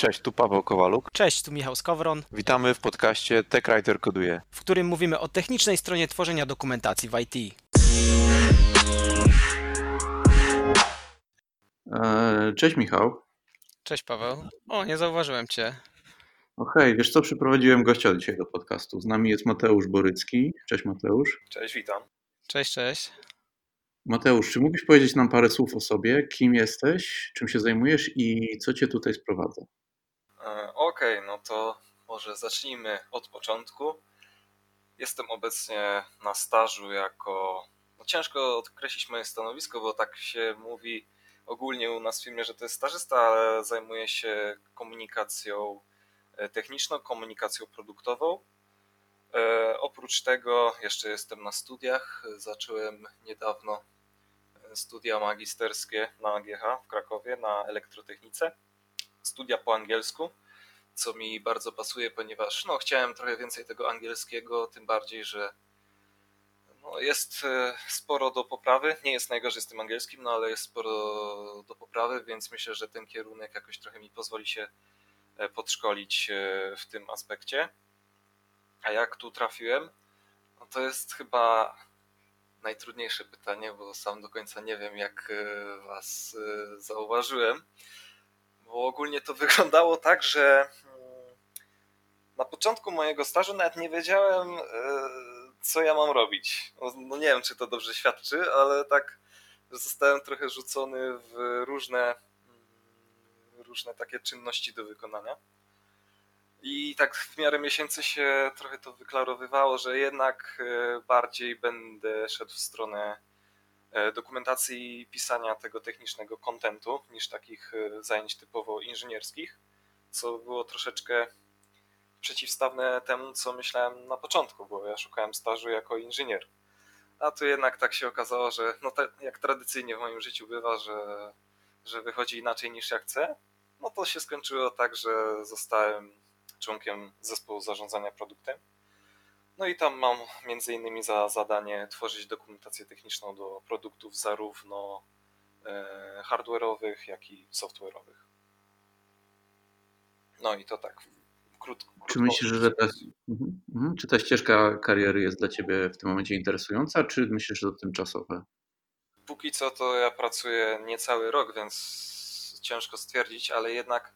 Cześć, tu Paweł Kowaluk. Cześć, tu Michał Skowron, Witamy w podcaście TechWriter Koduje, w którym mówimy o technicznej stronie tworzenia dokumentacji w IT. Cześć Michał. Cześć Paweł. O, nie zauważyłem Cię. Hej, wiesz co, przyprowadziłem gościa dzisiaj do podcastu. Z nami jest Mateusz Borycki. Cześć Mateusz. Cześć, witam. Cześć. Mateusz, czy mógłbyś powiedzieć nam parę słów o sobie? Kim jesteś, czym się zajmujesz i co cię tutaj sprowadza? Okej, no to może zacznijmy od początku. Jestem obecnie na stażu jako... No ciężko określić moje stanowisko, bo tak się mówi ogólnie u nas w firmie, że to jest stażysta, ale zajmuję się komunikacją techniczną, komunikacją produktową. Oprócz tego jeszcze jestem na studiach. Zacząłem niedawno studia magisterskie na AGH w Krakowie na elektrotechnice. Studia po angielsku, co mi bardzo pasuje, ponieważ chciałem trochę więcej tego angielskiego, tym bardziej, że jest sporo do poprawy. Nie jest najgorzej z tym angielskim, ale jest sporo do poprawy, więc myślę, że ten kierunek jakoś trochę mi pozwoli się podszkolić w tym aspekcie. A jak tu trafiłem? To jest chyba najtrudniejsze pytanie, bo sam do końca nie wiem, jak was zauważyłem. Bo ogólnie to wyglądało tak, że na początku mojego stażu nawet nie wiedziałem, co ja mam robić. No nie wiem, czy to dobrze świadczy, ale tak zostałem trochę rzucony w różne takie czynności do wykonania. I tak w miarę miesięcy się trochę to wyklarowywało, że jednak bardziej będę szedł w stronę dokumentacji i pisania tego technicznego kontentu niż takich zajęć typowo inżynierskich, co było troszeczkę przeciwstawne temu, co myślałem na początku, bo ja szukałem stażu jako inżynier. A tu jednak tak się okazało, że jak tradycyjnie w moim życiu bywa, że wychodzi inaczej niż ja chcę, to się skończyło tak, że zostałem członkiem zespołu zarządzania produktem. No i tam mam między innymi za zadanie tworzyć dokumentację techniczną do produktów zarówno hardware'owych, jak i software'owych. No i to tak krótko. Czy myślisz, że czy ta ścieżka kariery jest dla ciebie w tym momencie interesująca, czy myślisz, że to tymczasowe? Póki co to ja pracuję niecały rok, więc ciężko stwierdzić, ale jednak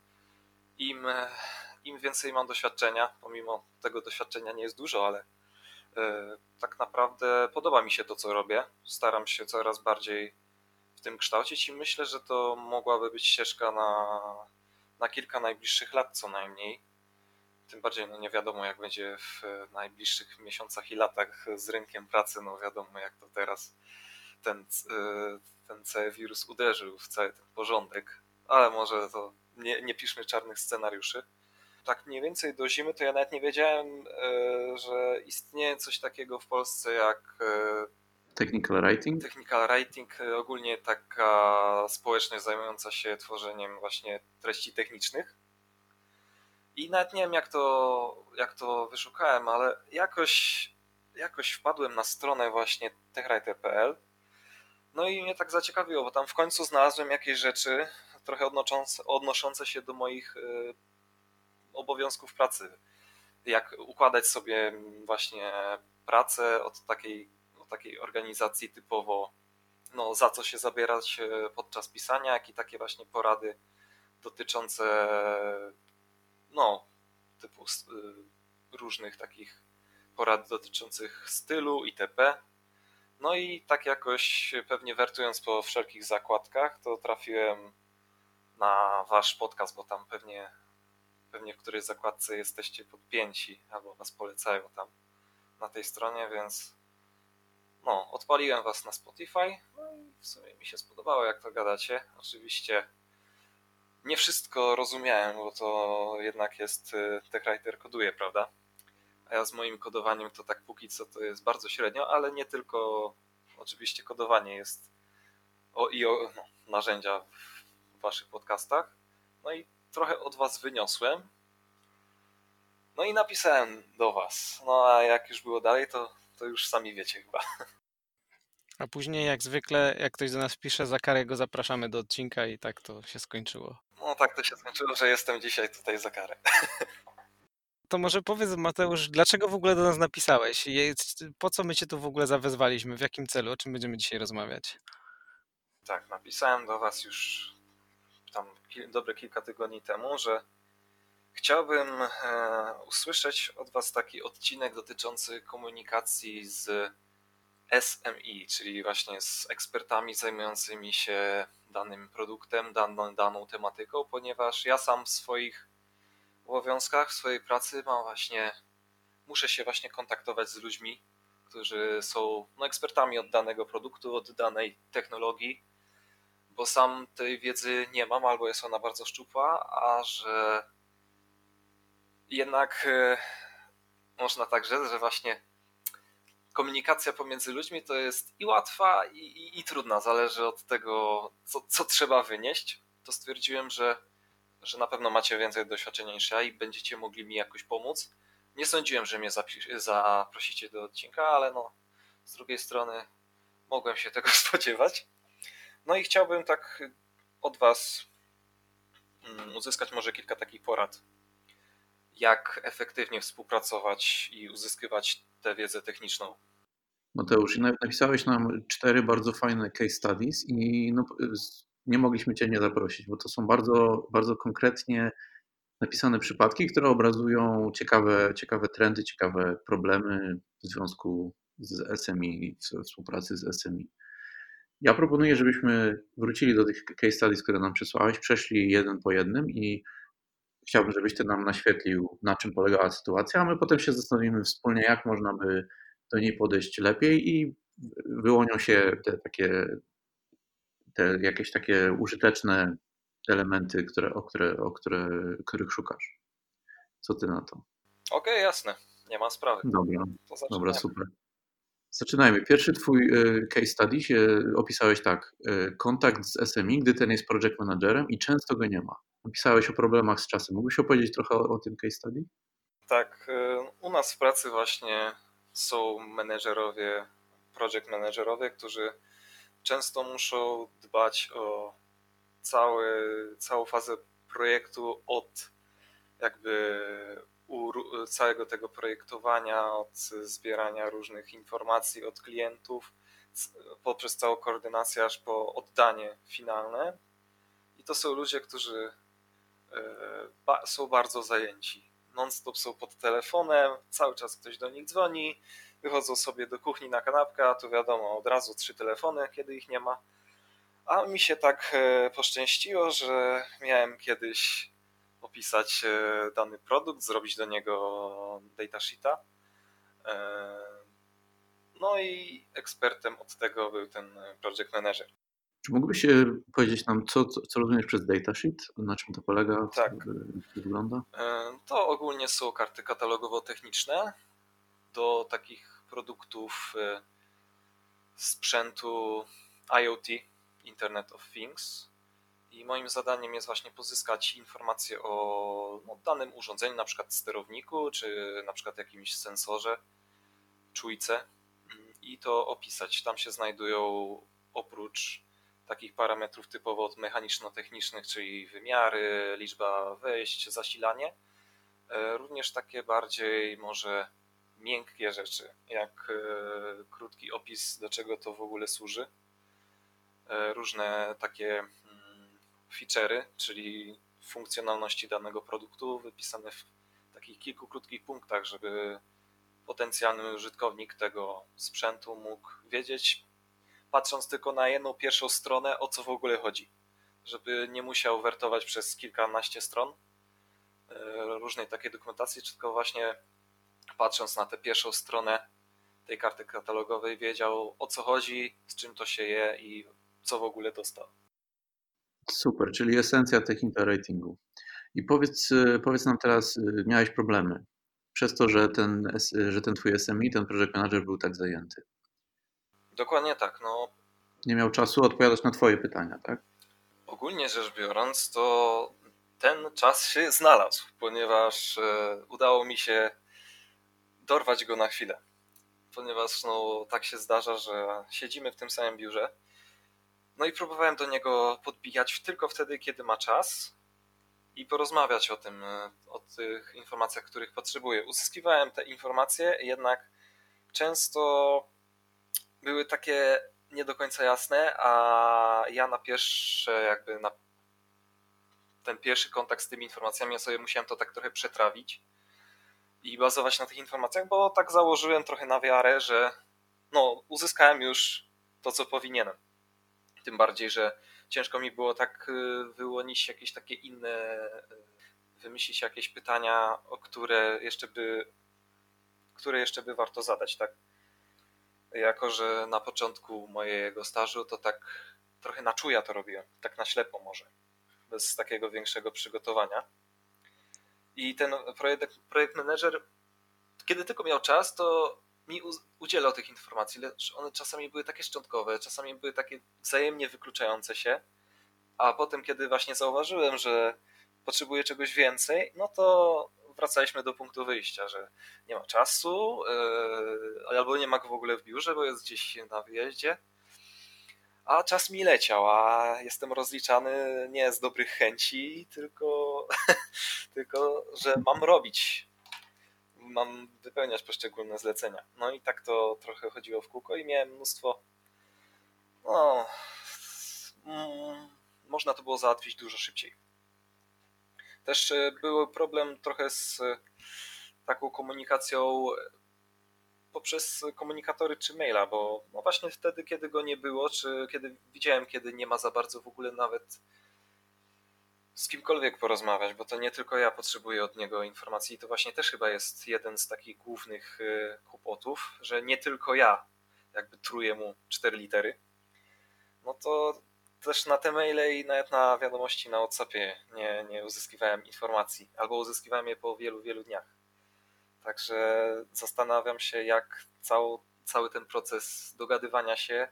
im więcej mam doświadczenia, pomimo tego doświadczenia nie jest dużo, ale tak naprawdę podoba mi się to, co robię. Staram się coraz bardziej w tym kształcić i myślę, że to mogłaby być ścieżka na kilka najbliższych lat co najmniej. Tym bardziej nie wiadomo, jak będzie w najbliższych miesiącach i latach z rynkiem pracy. Wiadomo, jak to teraz ten cały wirus uderzył w cały ten porządek, ale może to nie piszmy czarnych scenariuszy. Tak mniej więcej do zimy to ja nawet nie wiedziałem, że istnieje coś takiego w Polsce jak Technical Writing? Technical Writing, ogólnie taka społeczność zajmująca się tworzeniem właśnie treści technicznych. I nawet nie wiem, jak to wyszukałem, ale jakoś wpadłem na stronę właśnie techwriter.pl. No i mnie tak zaciekawiło, bo tam w końcu znalazłem jakieś rzeczy trochę odnoszące się do moich obowiązków pracy. Jak układać sobie właśnie pracę od takiej organizacji typowo, za co się zabierać podczas pisania, jak i takie właśnie porady dotyczące typu różnych takich porad dotyczących stylu itp. No i tak jakoś pewnie wertując po wszelkich zakładkach, to trafiłem na wasz podcast, bo tam pewnie w którejś zakładce jesteście podpięci albo was polecają tam na tej stronie, więc odpaliłem was na Spotify, i w sumie mi się spodobało, jak to gadacie. Oczywiście nie wszystko rozumiałem, bo to jednak jest TechWriter koduje, prawda? A ja z moim kodowaniem to tak póki co to jest bardzo średnio, ale nie tylko oczywiście kodowanie jest narzędzia w waszych podcastach. No i trochę od was wyniosłem. No i napisałem do was. A jak już było dalej, to już sami wiecie chyba. A później jak zwykle, jak ktoś do nas pisze, za karę go zapraszamy do odcinka i tak to się skończyło. No tak to się skończyło, że jestem dzisiaj tutaj za karę. To może powiedz, Mateusz, dlaczego w ogóle do nas napisałeś? Po co my cię tu w ogóle zawezwaliśmy? W jakim celu? O czym będziemy dzisiaj rozmawiać? Tak, napisałem do was już tam dobre kilka tygodni temu, że chciałbym usłyszeć od was taki odcinek dotyczący komunikacji z SMI, czyli właśnie z ekspertami zajmującymi się danym produktem, daną tematyką, ponieważ ja sam w swoich obowiązkach, w swojej pracy muszę się właśnie kontaktować z ludźmi, którzy są ekspertami od danego produktu, od danej technologii, bo sam tej wiedzy nie mam albo jest ona bardzo szczupła, a że jednak można tak rzec, że właśnie komunikacja pomiędzy ludźmi to jest i łatwa, i trudna. Zależy od tego, co trzeba wynieść. To stwierdziłem, że na pewno macie więcej doświadczenia niż ja i będziecie mogli mi jakoś pomóc. Nie sądziłem, że mnie zaprosicie do odcinka, ale z drugiej strony mogłem się tego spodziewać. No i chciałbym tak od was uzyskać może kilka takich porad, jak efektywnie współpracować i uzyskiwać tę wiedzę techniczną. Mateusz, napisałeś nam 4 bardzo fajne case studies i nie mogliśmy Cię nie zaprosić, bo to są bardzo, bardzo konkretnie napisane przypadki, które obrazują ciekawe trendy, ciekawe problemy w związku z SMI, w współpracy z SMI. Ja proponuję, żebyśmy wrócili do tych case studies, które nam przysłałeś, przeszli jeden po jednym i chciałbym, żebyś Ty nam naświetlił, na czym polegała sytuacja, a my potem się zastanowimy wspólnie, jak można by do niej podejść lepiej i wyłonią się te jakieś takie użyteczne elementy, których szukasz. Co Ty na to? Okej, jasne, nie ma sprawy. Dobra, To dobra, zaczynamy. super. Zaczynajmy. Pierwszy Twój case study opisałeś tak. Kontakt z SMI, gdy ten jest project managerem i często go nie ma. Napisałeś o problemach z czasem. Mógłbyś opowiedzieć trochę o tym case study? Tak, u nas w pracy właśnie są project managerowie, którzy często muszą dbać o całą fazę projektu od jakby całego tego projektowania, od zbierania różnych informacji od klientów, poprzez całą koordynację aż po oddanie finalne. I to są ludzie, którzy są bardzo zajęci. Non-stop są pod telefonem, cały czas ktoś do nich dzwoni, wychodzą sobie do kuchni na kanapkę, a tu wiadomo, od razu 3 telefony, kiedy ich nie ma. A mi się tak poszczęściło, że kiedyś opisać dany produkt, zrobić do niego datasheeta. No i ekspertem od tego był ten project manager. Czy mógłbyś powiedzieć nam, co rozumiesz przez datasheet? Na czym to polega? Tak. Jak to wygląda? To ogólnie są karty katalogowo-techniczne do takich produktów sprzętu IoT, Internet of Things. I moim zadaniem jest właśnie pozyskać informacje o danym urządzeniu, na przykład sterowniku, czy na przykład jakimś sensorze, czujce i to opisać. Tam się znajdują oprócz takich parametrów typowo mechaniczno-technicznych, czyli wymiary, liczba wejść, zasilanie, również takie bardziej może miękkie rzeczy, jak krótki opis, do czego to w ogóle służy, różne takie feature'y, czyli funkcjonalności danego produktu wypisane w takich kilku krótkich punktach, żeby potencjalny użytkownik tego sprzętu mógł wiedzieć, patrząc tylko na jedną pierwszą stronę, o co w ogóle chodzi. Żeby nie musiał wertować przez kilkanaście stron różnej takiej dokumentacji, tylko właśnie patrząc na tę pierwszą stronę tej karty katalogowej wiedział, o co chodzi, z czym to się je i co w ogóle dostał. Super, czyli esencja technical ratingu. I powiedz nam teraz, miałeś problemy przez to, że ten twój SMI, ten project manager był tak zajęty. Dokładnie tak. Nie miał czasu odpowiadać na twoje pytania, tak? Ogólnie rzecz biorąc, to ten czas się znalazł, ponieważ udało mi się dorwać go na chwilę. Ponieważ tak się zdarza, że siedzimy w tym samym biurze. No i próbowałem do niego podbijać tylko wtedy, kiedy ma czas, i porozmawiać o tym, o tych informacjach, których potrzebuję. Uzyskiwałem te informacje, jednak często były takie nie do końca jasne, a ja na ten pierwszy kontakt z tymi informacjami ja sobie musiałem to tak trochę przetrawić i bazować na tych informacjach, bo tak założyłem trochę na wiarę, że uzyskałem już to, co powinienem. Tym bardziej, że ciężko mi było tak wyłonić jakieś takie inne, wymyślić jakieś pytania, które jeszcze by warto zadać, tak? Jako że na początku mojego stażu to tak trochę na czuja to robiłem, tak na ślepo może, bez takiego większego przygotowania. I ten projekt manager, kiedy tylko miał czas, to mi udzielał tych informacji, lecz one czasami były takie szczątkowe, czasami były takie wzajemnie wykluczające się, a potem, kiedy właśnie zauważyłem, że potrzebuję czegoś więcej, no to wracaliśmy do punktu wyjścia, że nie ma czasu, albo nie ma go w ogóle w biurze, bo jest gdzieś na wyjeździe, a czas mi leciał, a jestem rozliczany nie z dobrych chęci, tylko że mam wypełniać poszczególne zlecenia. No i tak to trochę chodziło w kółko i miałem mnóstwo, można to było załatwić dużo szybciej. Też był problem trochę z taką komunikacją poprzez komunikatory czy maila, bo właśnie wtedy, kiedy go nie było, czy kiedy widziałem, kiedy nie ma za bardzo w ogóle nawet z kimkolwiek porozmawiać, bo to nie tylko ja potrzebuję od niego informacji i to właśnie też chyba jest jeden z takich głównych kłopotów, że nie tylko ja jakby truję mu 4 litery, no to też na te maile i nawet na wiadomości na WhatsAppie nie uzyskiwałem informacji, albo uzyskiwałem je po wielu, wielu dniach. Także zastanawiam się, jak cały ten proces dogadywania się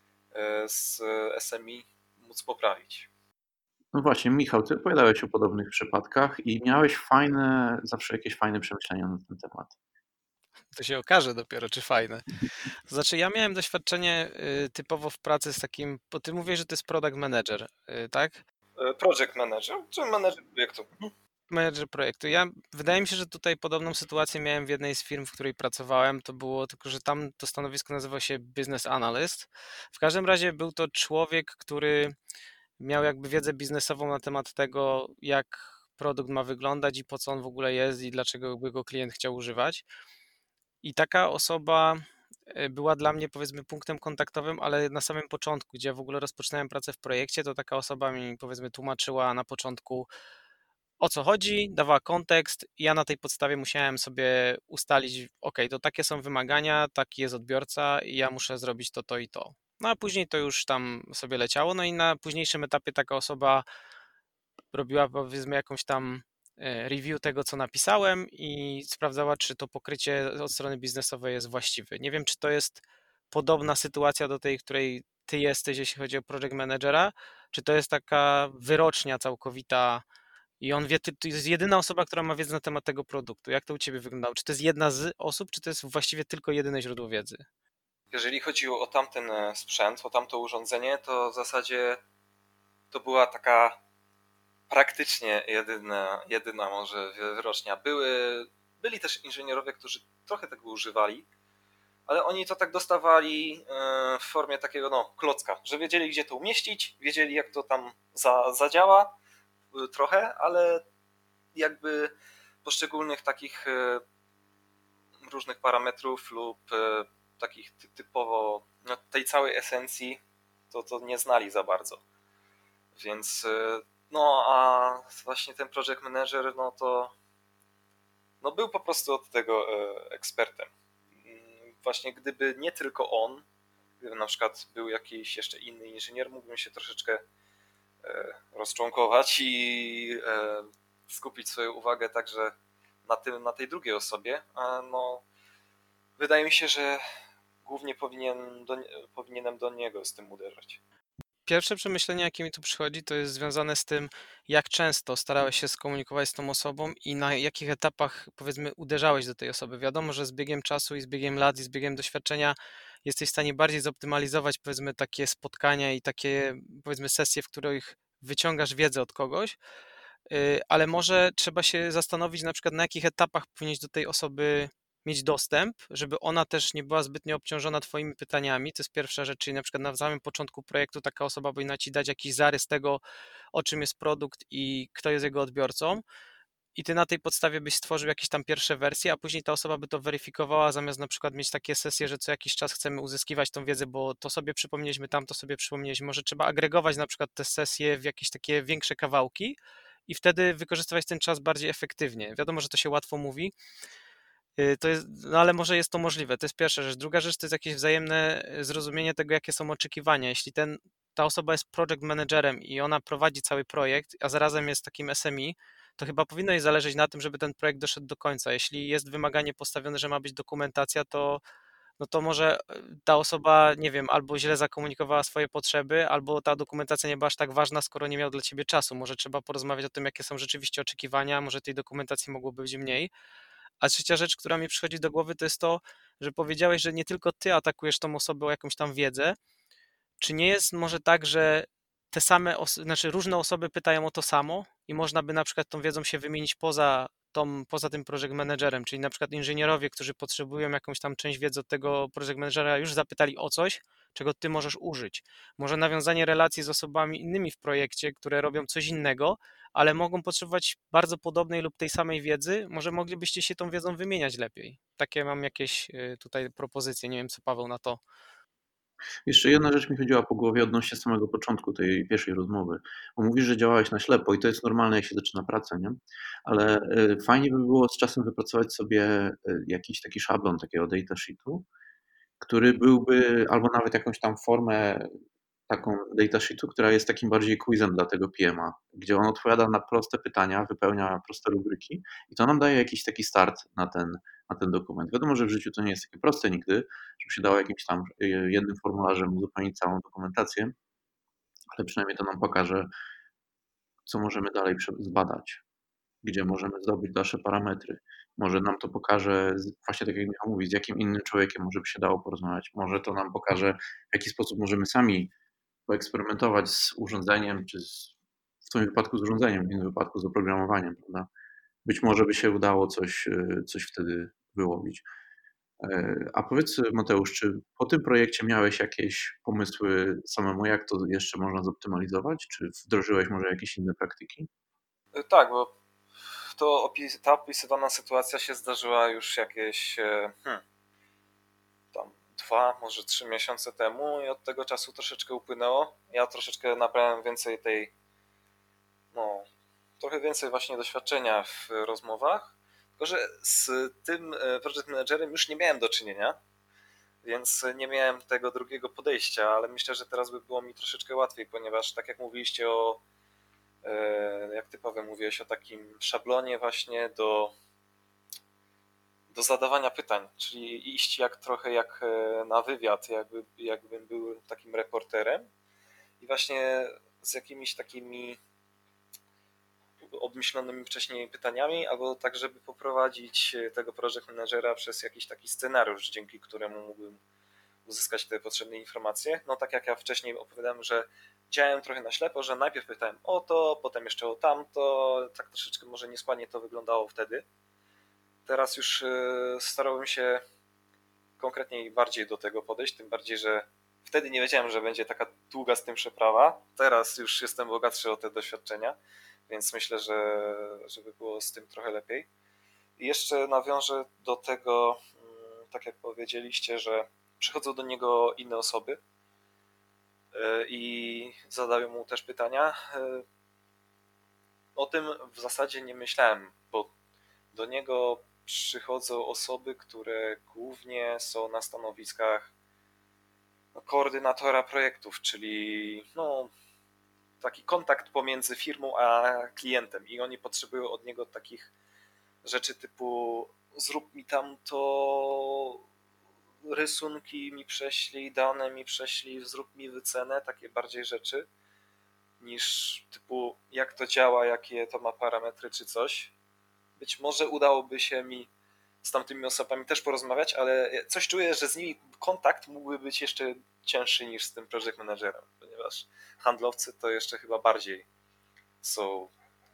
z SMI móc poprawić. No właśnie, Michał, ty opowiadałeś o podobnych przypadkach i miałeś zawsze jakieś fajne przemyślenia na ten temat. To się okaże dopiero, czy fajne. To znaczy, ja miałem doświadczenie typowo w pracy z takim, bo ty mówisz, że to jest product manager, tak? Project manager, czy manager projektu. Manager projektu. Wydaje mi się, że tutaj podobną sytuację miałem w jednej z firm, w której pracowałem. To było tylko, że tam to stanowisko nazywało się business analyst. W każdym razie był to człowiek, który miał jakby wiedzę biznesową na temat tego, jak produkt ma wyglądać i po co on w ogóle jest i dlaczego by go klient chciał używać. I taka osoba była dla mnie, powiedzmy, punktem kontaktowym, ale na samym początku, gdzie ja w ogóle rozpoczynałem pracę w projekcie, to taka osoba mi, powiedzmy, tłumaczyła na początku, o co chodzi, dawała kontekst i ja na tej podstawie musiałem sobie ustalić, ok, to takie są wymagania, taki jest odbiorca i ja muszę zrobić to i to. No a później to już tam sobie leciało, no i na późniejszym etapie taka osoba robiła, powiedzmy, jakąś tam review tego, co napisałem i sprawdzała, czy to pokrycie od strony biznesowej jest właściwe. Nie wiem, czy to jest podobna sytuacja do tej, której ty jesteś, jeśli chodzi o project managera, czy to jest taka wyrocznia całkowita i on wie, to jest jedyna osoba, która ma wiedzę na temat tego produktu. Jak to u ciebie wyglądało? Czy to jest jedna z osób, czy to jest właściwie tylko jedyne źródło wiedzy? Jeżeli chodziło o tamten sprzęt, o tamto urządzenie, to w zasadzie to była taka praktycznie jedyna może wyrocznia. Byli też inżynierowie, którzy trochę tego używali, ale oni to tak dostawali w formie takiego klocka, że wiedzieli, gdzie to umieścić, wiedzieli, jak to tam zadziała trochę, ale jakby poszczególnych takich różnych parametrów lub takich typowo tej całej esencji to nie znali za bardzo. Więc a właśnie ten project manager to był po prostu od tego ekspertem. Właśnie gdyby nie tylko on, gdyby na przykład był jakiś jeszcze inny inżynier, mógłbym się troszeczkę rozczłonkować i skupić swoją uwagę także na tej drugiej osobie. Wydaje mi się, że głównie powinienem do niego z tym uderzać. Pierwsze przemyślenie, jakie mi tu przychodzi, to jest związane z tym, jak często starałeś się skomunikować z tą osobą i na jakich etapach, powiedzmy, uderzałeś do tej osoby. Wiadomo, że z biegiem czasu i z biegiem lat i z biegiem doświadczenia jesteś w stanie bardziej zoptymalizować, powiedzmy, takie spotkania i takie, powiedzmy, sesje, w których wyciągasz wiedzę od kogoś. ale może trzeba się zastanowić na przykład na jakich etapach powinieneś do tej osoby mieć dostęp, żeby ona też nie była zbytnio obciążona twoimi pytaniami. To jest pierwsza rzecz, czyli na przykład na samym początku projektu taka osoba powinna ci dać jakiś zarys tego, o czym jest produkt i kto jest jego odbiorcą. I ty na tej podstawie byś stworzył jakieś tam pierwsze wersje, a później ta osoba by to weryfikowała, zamiast na przykład mieć takie sesje, że co jakiś czas chcemy uzyskiwać tą wiedzę, bo to sobie przypomnieliśmy, tamto sobie przypomnieliśmy. Może trzeba agregować na przykład te sesje w jakieś takie większe kawałki i wtedy wykorzystywać ten czas bardziej efektywnie. Wiadomo, że to się łatwo mówi, to jest, no ale może jest to możliwe. To jest pierwsza rzecz. Druga rzecz to jest jakieś wzajemne zrozumienie tego, jakie są oczekiwania. Jeśli ta osoba jest project managerem i ona prowadzi cały projekt, a zarazem jest takim SME, to chyba powinno jej zależeć na tym, żeby ten projekt doszedł do końca. Jeśli jest wymaganie postawione, że ma być dokumentacja, to no to może ta osoba, nie wiem, albo źle zakomunikowała swoje potrzeby, albo ta dokumentacja nie była aż tak ważna, skoro nie miał dla ciebie czasu. Może trzeba porozmawiać o tym, jakie są rzeczywiście oczekiwania, może tej dokumentacji mogłoby być mniej. A trzecia rzecz, która mi przychodzi do głowy, to jest to, że powiedziałeś, że nie tylko ty atakujesz tą osobę o jakąś tam wiedzę. Czy nie jest może tak, że te same, znaczy różne osoby pytają o to samo i można by na przykład tą wiedzą się wymienić poza tym project managerem, czyli na przykład inżynierowie, którzy potrzebują jakąś tam część wiedzy od tego project managera, już zapytali o coś, czego ty możesz użyć. Może nawiązanie relacji z osobami innymi w projekcie, które robią coś innego, ale mogą potrzebować bardzo podobnej lub tej samej wiedzy, może moglibyście się tą wiedzą wymieniać lepiej. Takie mam jakieś tutaj propozycje, nie wiem co Paweł na to. Jeszcze jedna rzecz mi chodziła po głowie odnośnie samego początku tej pierwszej rozmowy. Bo mówisz, że działałeś na ślepo i to jest normalne, jak się zaczyna pracę, nie? Ale fajnie by było z czasem wypracować sobie jakiś taki szablon takiego data sheetu, który byłby albo nawet jakąś tam formę taką datasheetu, która jest takim bardziej quizem dla tego PM-a, gdzie on odpowiada na proste pytania, wypełnia proste rubryki i to nam daje jakiś taki start na ten dokument. Wiadomo, że w życiu to nie jest takie proste nigdy, żeby się dało jakimś tam jednym formularzem uzupełnić całą dokumentację, ale przynajmniej to nam pokaże, co możemy dalej zbadać, gdzie możemy zdobyć dalsze parametry. Może nam to pokaże, właśnie tak jak Michał mówi, z jakim innym człowiekiem może by się dało porozmawiać. Może to nam pokaże, w jaki sposób możemy sami poeksperymentować z urządzeniem, czy w tym wypadku z urządzeniem, w innym wypadku z oprogramowaniem, prawda? Być może by się udało coś wtedy wyłowić. A powiedz, Mateusz, czy po tym projekcie miałeś jakieś pomysły samemu, jak to jeszcze można zoptymalizować? Czy wdrożyłeś może jakieś inne praktyki? Tak, bo ta opisywana sytuacja się zdarzyła już jakieś tam 2, może 3 miesiące temu i od tego czasu troszeczkę upłynęło. Ja troszeczkę nabrałem więcej trochę więcej właśnie doświadczenia w rozmowach, tylko że z tym project managerem już nie miałem do czynienia, więc nie miałem tego drugiego podejścia, ale myślę, że teraz by było mi troszeczkę łatwiej, ponieważ tak jak mówiliście jak ty Paweł mówiłeś o takim szablonie właśnie do zadawania pytań, czyli iść trochę jak na wywiad, jakbym był takim reporterem i właśnie z jakimiś takimi obmyślonymi wcześniej pytaniami, albo tak, żeby poprowadzić tego project managera przez jakiś taki scenariusz, dzięki któremu mógłbym uzyskać te potrzebne informacje. No tak jak ja wcześniej opowiadałem, że działałem trochę na ślepo, że najpierw pytałem o to, potem jeszcze o tamto, tak troszeczkę może nieskładnie to wyglądało wtedy. Teraz już starałem się konkretniej bardziej do tego podejść, tym bardziej, że wtedy nie wiedziałem, że będzie taka długa z tym przeprawa. Teraz już jestem bogatszy o te doświadczenia, więc myślę, że by było z tym trochę lepiej. I jeszcze nawiążę do tego, tak jak powiedzieliście, że przychodzą do niego inne osoby i zadają mu też pytania. O tym w zasadzie nie myślałem, bo do niego przychodzą osoby, które głównie są na stanowiskach koordynatora projektów, czyli taki kontakt pomiędzy firmą a klientem i oni potrzebują od niego takich rzeczy typu zrób mi tamto, rysunki mi prześlij, dane mi prześlij, zrób mi wycenę, takie bardziej rzeczy niż typu jak to działa, jakie to ma parametry czy coś. Być może udałoby się mi z tamtymi osobami też porozmawiać, ale coś czuję, że z nimi kontakt mógłby być jeszcze cięższy niż z tym project managerem, ponieważ handlowcy to jeszcze chyba bardziej są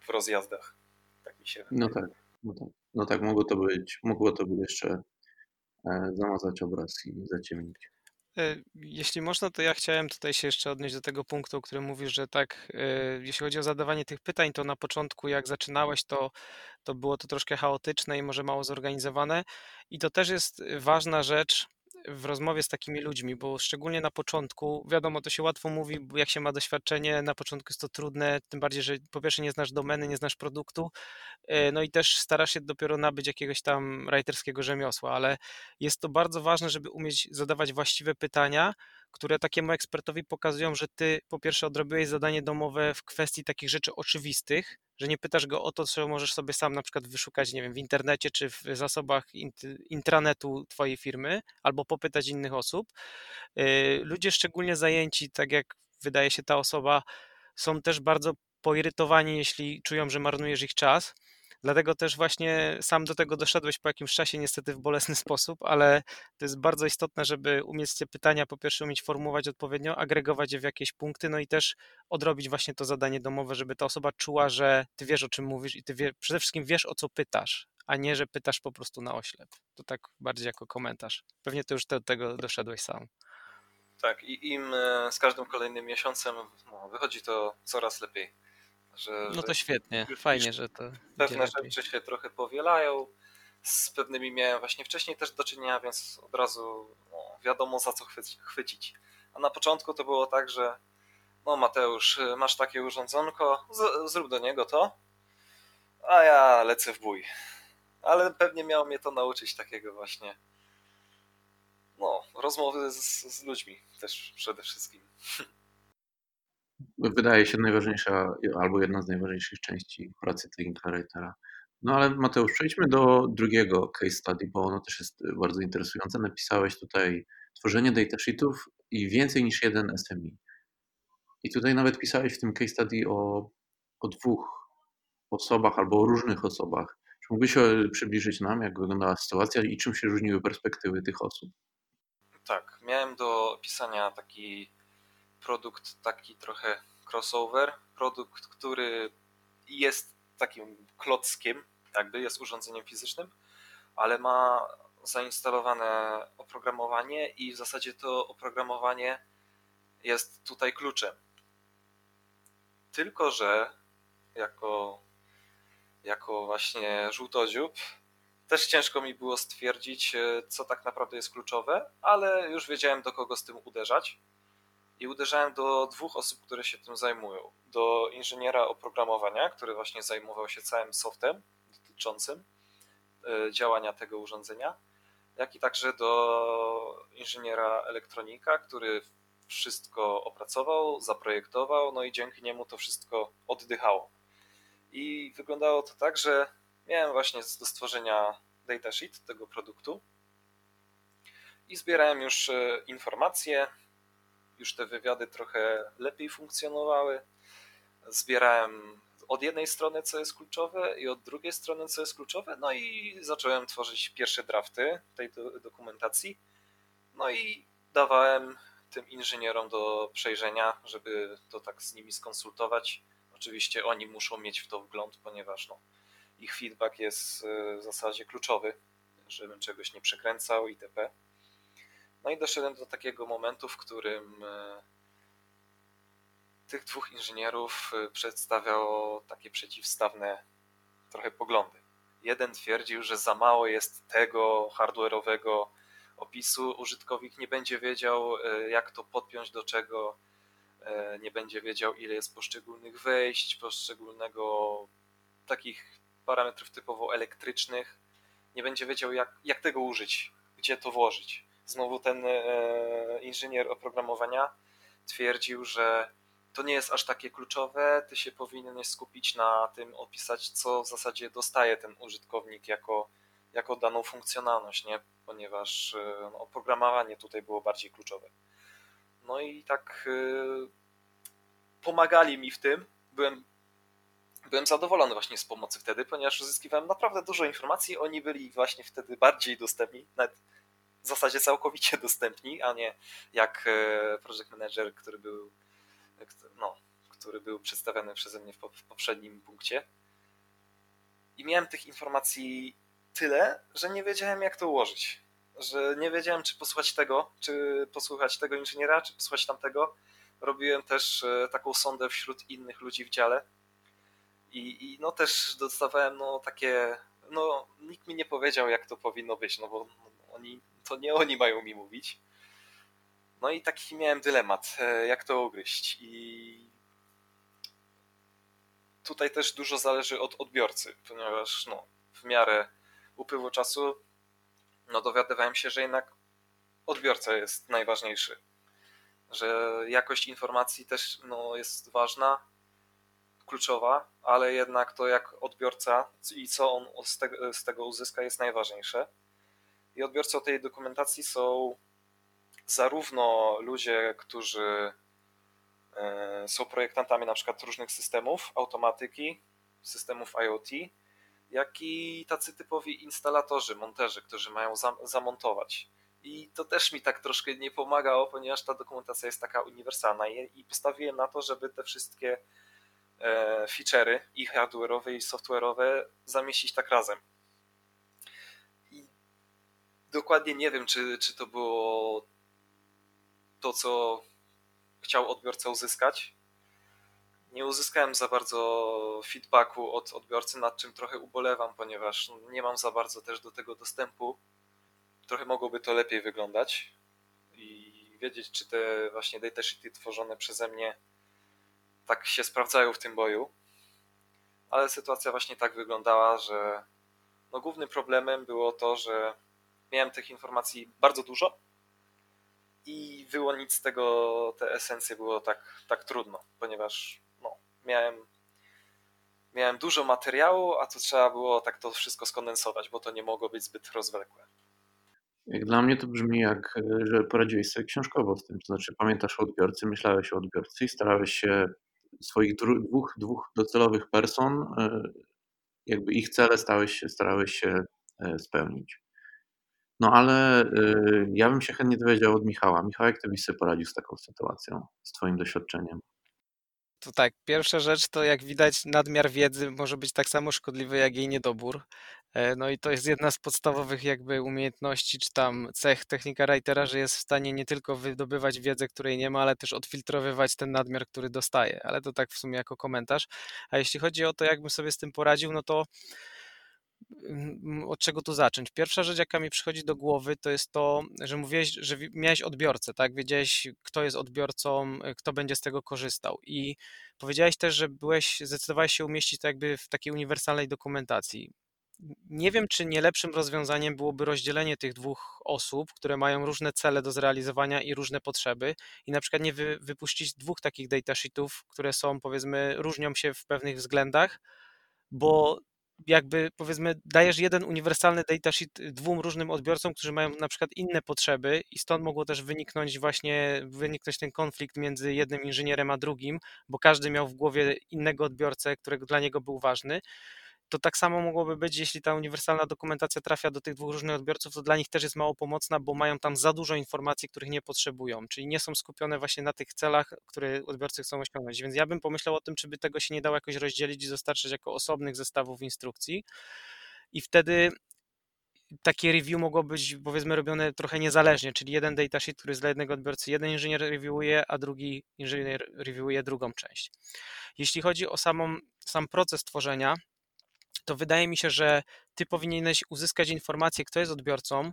w rozjazdach. Tak mi się No wydaje. tak, no tak. No tak, mogło to być jeszcze zamazać obraz i zaciemnić. Jeśli można, to ja chciałem tutaj się jeszcze odnieść do tego punktu, o którym mówisz, że tak, jeśli chodzi o zadawanie tych pytań, to na początku jak zaczynałeś, to było to troszkę chaotyczne i może mało zorganizowane. I to też jest ważna rzecz w rozmowie z takimi ludźmi, bo szczególnie na początku, wiadomo, to się łatwo mówi, bo jak się ma doświadczenie, na początku jest to trudne, tym bardziej, że po pierwsze nie znasz domeny, nie znasz produktu, no i też starasz się dopiero nabyć jakiegoś tam writerskiego rzemiosła, ale jest to bardzo ważne, żeby umieć zadawać właściwe pytania, które takiemu ekspertowi pokazują, że ty po pierwsze odrobiłeś zadanie domowe w kwestii takich rzeczy oczywistych, że nie pytasz go o to, co możesz sobie sam na przykład wyszukać, nie wiem, w internecie czy w zasobach intranetu twojej firmy, albo popytać innych osób. Ludzie szczególnie zajęci, tak jak wydaje się ta osoba, są też bardzo poirytowani, jeśli czują, że marnujesz ich czas. Dlatego też właśnie sam do tego doszedłeś po jakimś czasie, niestety w bolesny sposób, ale to jest bardzo istotne, żeby umieć te pytania, po pierwsze umieć formułować odpowiednio, agregować je w jakieś punkty, no i też odrobić właśnie to zadanie domowe, żeby ta osoba czuła, że ty wiesz, o czym mówisz i przede wszystkim wiesz, o co pytasz, a nie, że pytasz po prostu na oślep. To tak bardziej jako komentarz. Pewnie ty już do tego doszedłeś sam. Tak, i im z każdym kolejnym miesiącem wychodzi to coraz lepiej. No Że to świetnie, już fajnie, że to idzie pewne lepiej. rzeczy się trochę powielają. Z pewnymi miałem właśnie wcześniej też do czynienia, więc od razu wiadomo za co chwycić. A na początku to było tak, że no Mateusz, masz takie urządzonko, zrób do niego to, a ja lecę w bój. Ale pewnie miało mnie to nauczyć takiego właśnie, rozmowy z ludźmi też przede wszystkim. Wydaje się najważniejsza albo jedna z najważniejszych części pracy technical writera. No ale Mateusz, przejdźmy do drugiego case study, bo ono też jest bardzo interesujące. Napisałeś tutaj tworzenie datasheetów i więcej niż jeden SME. I tutaj nawet pisałeś w tym case study o dwóch osobach albo o różnych osobach. Czy mógłbyś przybliżyć nam, jak wyglądała sytuacja i czym się różniły perspektywy tych osób? Tak, miałem do opisania taki produkt, taki trochę crossover, produkt, który jest takim klockiem, jakby jest urządzeniem fizycznym, ale ma zainstalowane oprogramowanie i w zasadzie to oprogramowanie jest tutaj kluczem. Tylko że jako właśnie żółtodziób też ciężko mi było stwierdzić, co tak naprawdę jest kluczowe, ale już wiedziałem, do kogo z tym uderzać. I uderzałem do dwóch osób, które się tym zajmują. Do inżyniera oprogramowania, który właśnie zajmował się całym softem dotyczącym działania tego urządzenia, jak i także do inżyniera elektronika, który wszystko opracował, zaprojektował, no i dzięki niemu to wszystko oddychało. I wyglądało to tak, że miałem właśnie do stworzenia datasheet tego produktu i zbierałem już informacje, już te wywiady trochę lepiej funkcjonowały. Zbierałem od jednej strony, co jest kluczowe i od drugiej strony, co jest kluczowe, no i zacząłem tworzyć pierwsze drafty tej dokumentacji, no i dawałem tym inżynierom do przejrzenia, żeby to tak z nimi skonsultować. Oczywiście oni muszą mieć w to wgląd, ponieważ ich feedback jest w zasadzie kluczowy, żebym czegoś nie przekręcał itp. No i doszedłem do takiego momentu, w którym tych dwóch inżynierów przedstawiało takie przeciwstawne trochę poglądy. Jeden twierdził, że za mało jest tego hardware'owego opisu, użytkownik nie będzie wiedział, jak to podpiąć do czego, nie będzie wiedział, ile jest poszczególnych wejść, poszczególnego takich parametrów typowo elektrycznych, nie będzie wiedział, jak tego użyć, gdzie to włożyć. Znowu ten inżynier oprogramowania twierdził, że to nie jest aż takie kluczowe, ty się powinieneś skupić na tym, opisać, co w zasadzie dostaje ten użytkownik jako daną funkcjonalność, nie? Ponieważ oprogramowanie tutaj było bardziej kluczowe. No i tak pomagali mi w tym. Byłem zadowolony właśnie z pomocy wtedy, ponieważ uzyskiwałem naprawdę dużo informacji, oni byli właśnie wtedy bardziej dostępni, nawet w zasadzie całkowicie dostępni, a nie jak project manager, który był przedstawiany przeze mnie w poprzednim punkcie. I miałem tych informacji tyle, że nie wiedziałem, jak to ułożyć. Że nie wiedziałem, czy posłuchać tego inżyniera, czy posłuchać tamtego. Robiłem też taką sondę wśród innych ludzi w dziale. I no też dostawałem takie... No nikt mi nie powiedział, jak to powinno być, no bo nie oni mają mi mówić. No i taki miałem dylemat, jak to ugryźć. I tutaj też dużo zależy od odbiorcy, ponieważ w miarę upływu czasu dowiadywałem się, że jednak odbiorca jest najważniejszy. Że jakość informacji też jest ważna, kluczowa, ale jednak to, jak odbiorca i co on z tego uzyska, jest najważniejsze. I odbiorcą tej dokumentacji są zarówno ludzie, którzy są projektantami na przykład różnych systemów, automatyki, systemów IoT, jak i tacy typowi instalatorzy, monterzy, którzy mają zamontować. I to też mi tak troszkę nie pomagało, ponieważ ta dokumentacja jest taka uniwersalna i postawiłem na to, żeby te wszystkie feature'y i hardware'owe i software'owe zamieścić tak razem. I dokładnie nie wiem, czy to było to, co chciał odbiorca uzyskać. Nie uzyskałem za bardzo feedbacku od odbiorcy, nad czym trochę ubolewam, ponieważ nie mam za bardzo też do tego dostępu. Trochę mogłoby to lepiej wyglądać i wiedzieć, czy te właśnie datasheety tworzone przeze mnie tak się sprawdzają w tym boju. Ale sytuacja właśnie tak wyglądała, że głównym problemem było to, że miałem tych informacji bardzo dużo i wyłonić z tego te esencje było tak trudno, ponieważ miałem dużo materiału, a tu trzeba było tak to wszystko skondensować, bo to nie mogło być zbyt rozwlekłe. Jak dla mnie to brzmi że poradziłeś sobie książkowo z tym. To znaczy pamiętasz o odbiorcy, myślałeś o odbiorcy i starałeś się swoich dwóch docelowych person, jakby ich cele starałeś się spełnić. No ale ja bym się chętnie dowiedział od Michała. Michał, jak ty byś sobie poradził z taką sytuacją, z twoim doświadczeniem? To tak, pierwsza rzecz to jak widać nadmiar wiedzy może być tak samo szkodliwy jak jej niedobór. No i to jest jedna z podstawowych jakby umiejętności czy tam cech technika writera, że jest w stanie nie tylko wydobywać wiedzę, której nie ma, ale też odfiltrowywać ten nadmiar, który dostaje. Ale to tak w sumie jako komentarz. A jeśli chodzi o to, jakbym sobie z tym poradził, no to od czego tu zacząć? Pierwsza rzecz, jaka mi przychodzi do głowy, to jest to, że mówiłeś, że miałeś odbiorcę, tak? Wiedziałeś, kto jest odbiorcą, kto będzie z tego korzystał. I powiedziałeś też, że zdecydowałeś się umieścić to jakby w takiej uniwersalnej dokumentacji. Nie wiem, czy nie lepszym rozwiązaniem byłoby rozdzielenie tych dwóch osób, które mają różne cele do zrealizowania i różne potrzeby, i na przykład nie wypuścić dwóch takich datasheetów, które są, powiedzmy, różnią się w pewnych względach, bo jakby powiedzmy dajesz jeden uniwersalny datasheet dwóm różnym odbiorcom, którzy mają na przykład inne potrzeby i stąd mogło też wyniknąć ten konflikt między jednym inżynierem a drugim, bo każdy miał w głowie innego odbiorcę, którego dla niego był ważny. To tak samo mogłoby być, jeśli ta uniwersalna dokumentacja trafia do tych dwóch różnych odbiorców, to dla nich też jest mało pomocna, bo mają tam za dużo informacji, których nie potrzebują, czyli nie są skupione właśnie na tych celach, które odbiorcy chcą osiągnąć. Więc ja bym pomyślał o tym, czy by tego się nie dało jakoś rozdzielić i dostarczyć jako osobnych zestawów instrukcji i wtedy takie review mogło być, powiedzmy, robione trochę niezależnie, czyli jeden datasheet, który jest dla jednego odbiorcy, jeden inżynier reviewuje, a drugi inżynier reviewuje drugą część. Jeśli chodzi o sam proces tworzenia, to wydaje mi się, że ty powinieneś uzyskać informację, kto jest odbiorcą,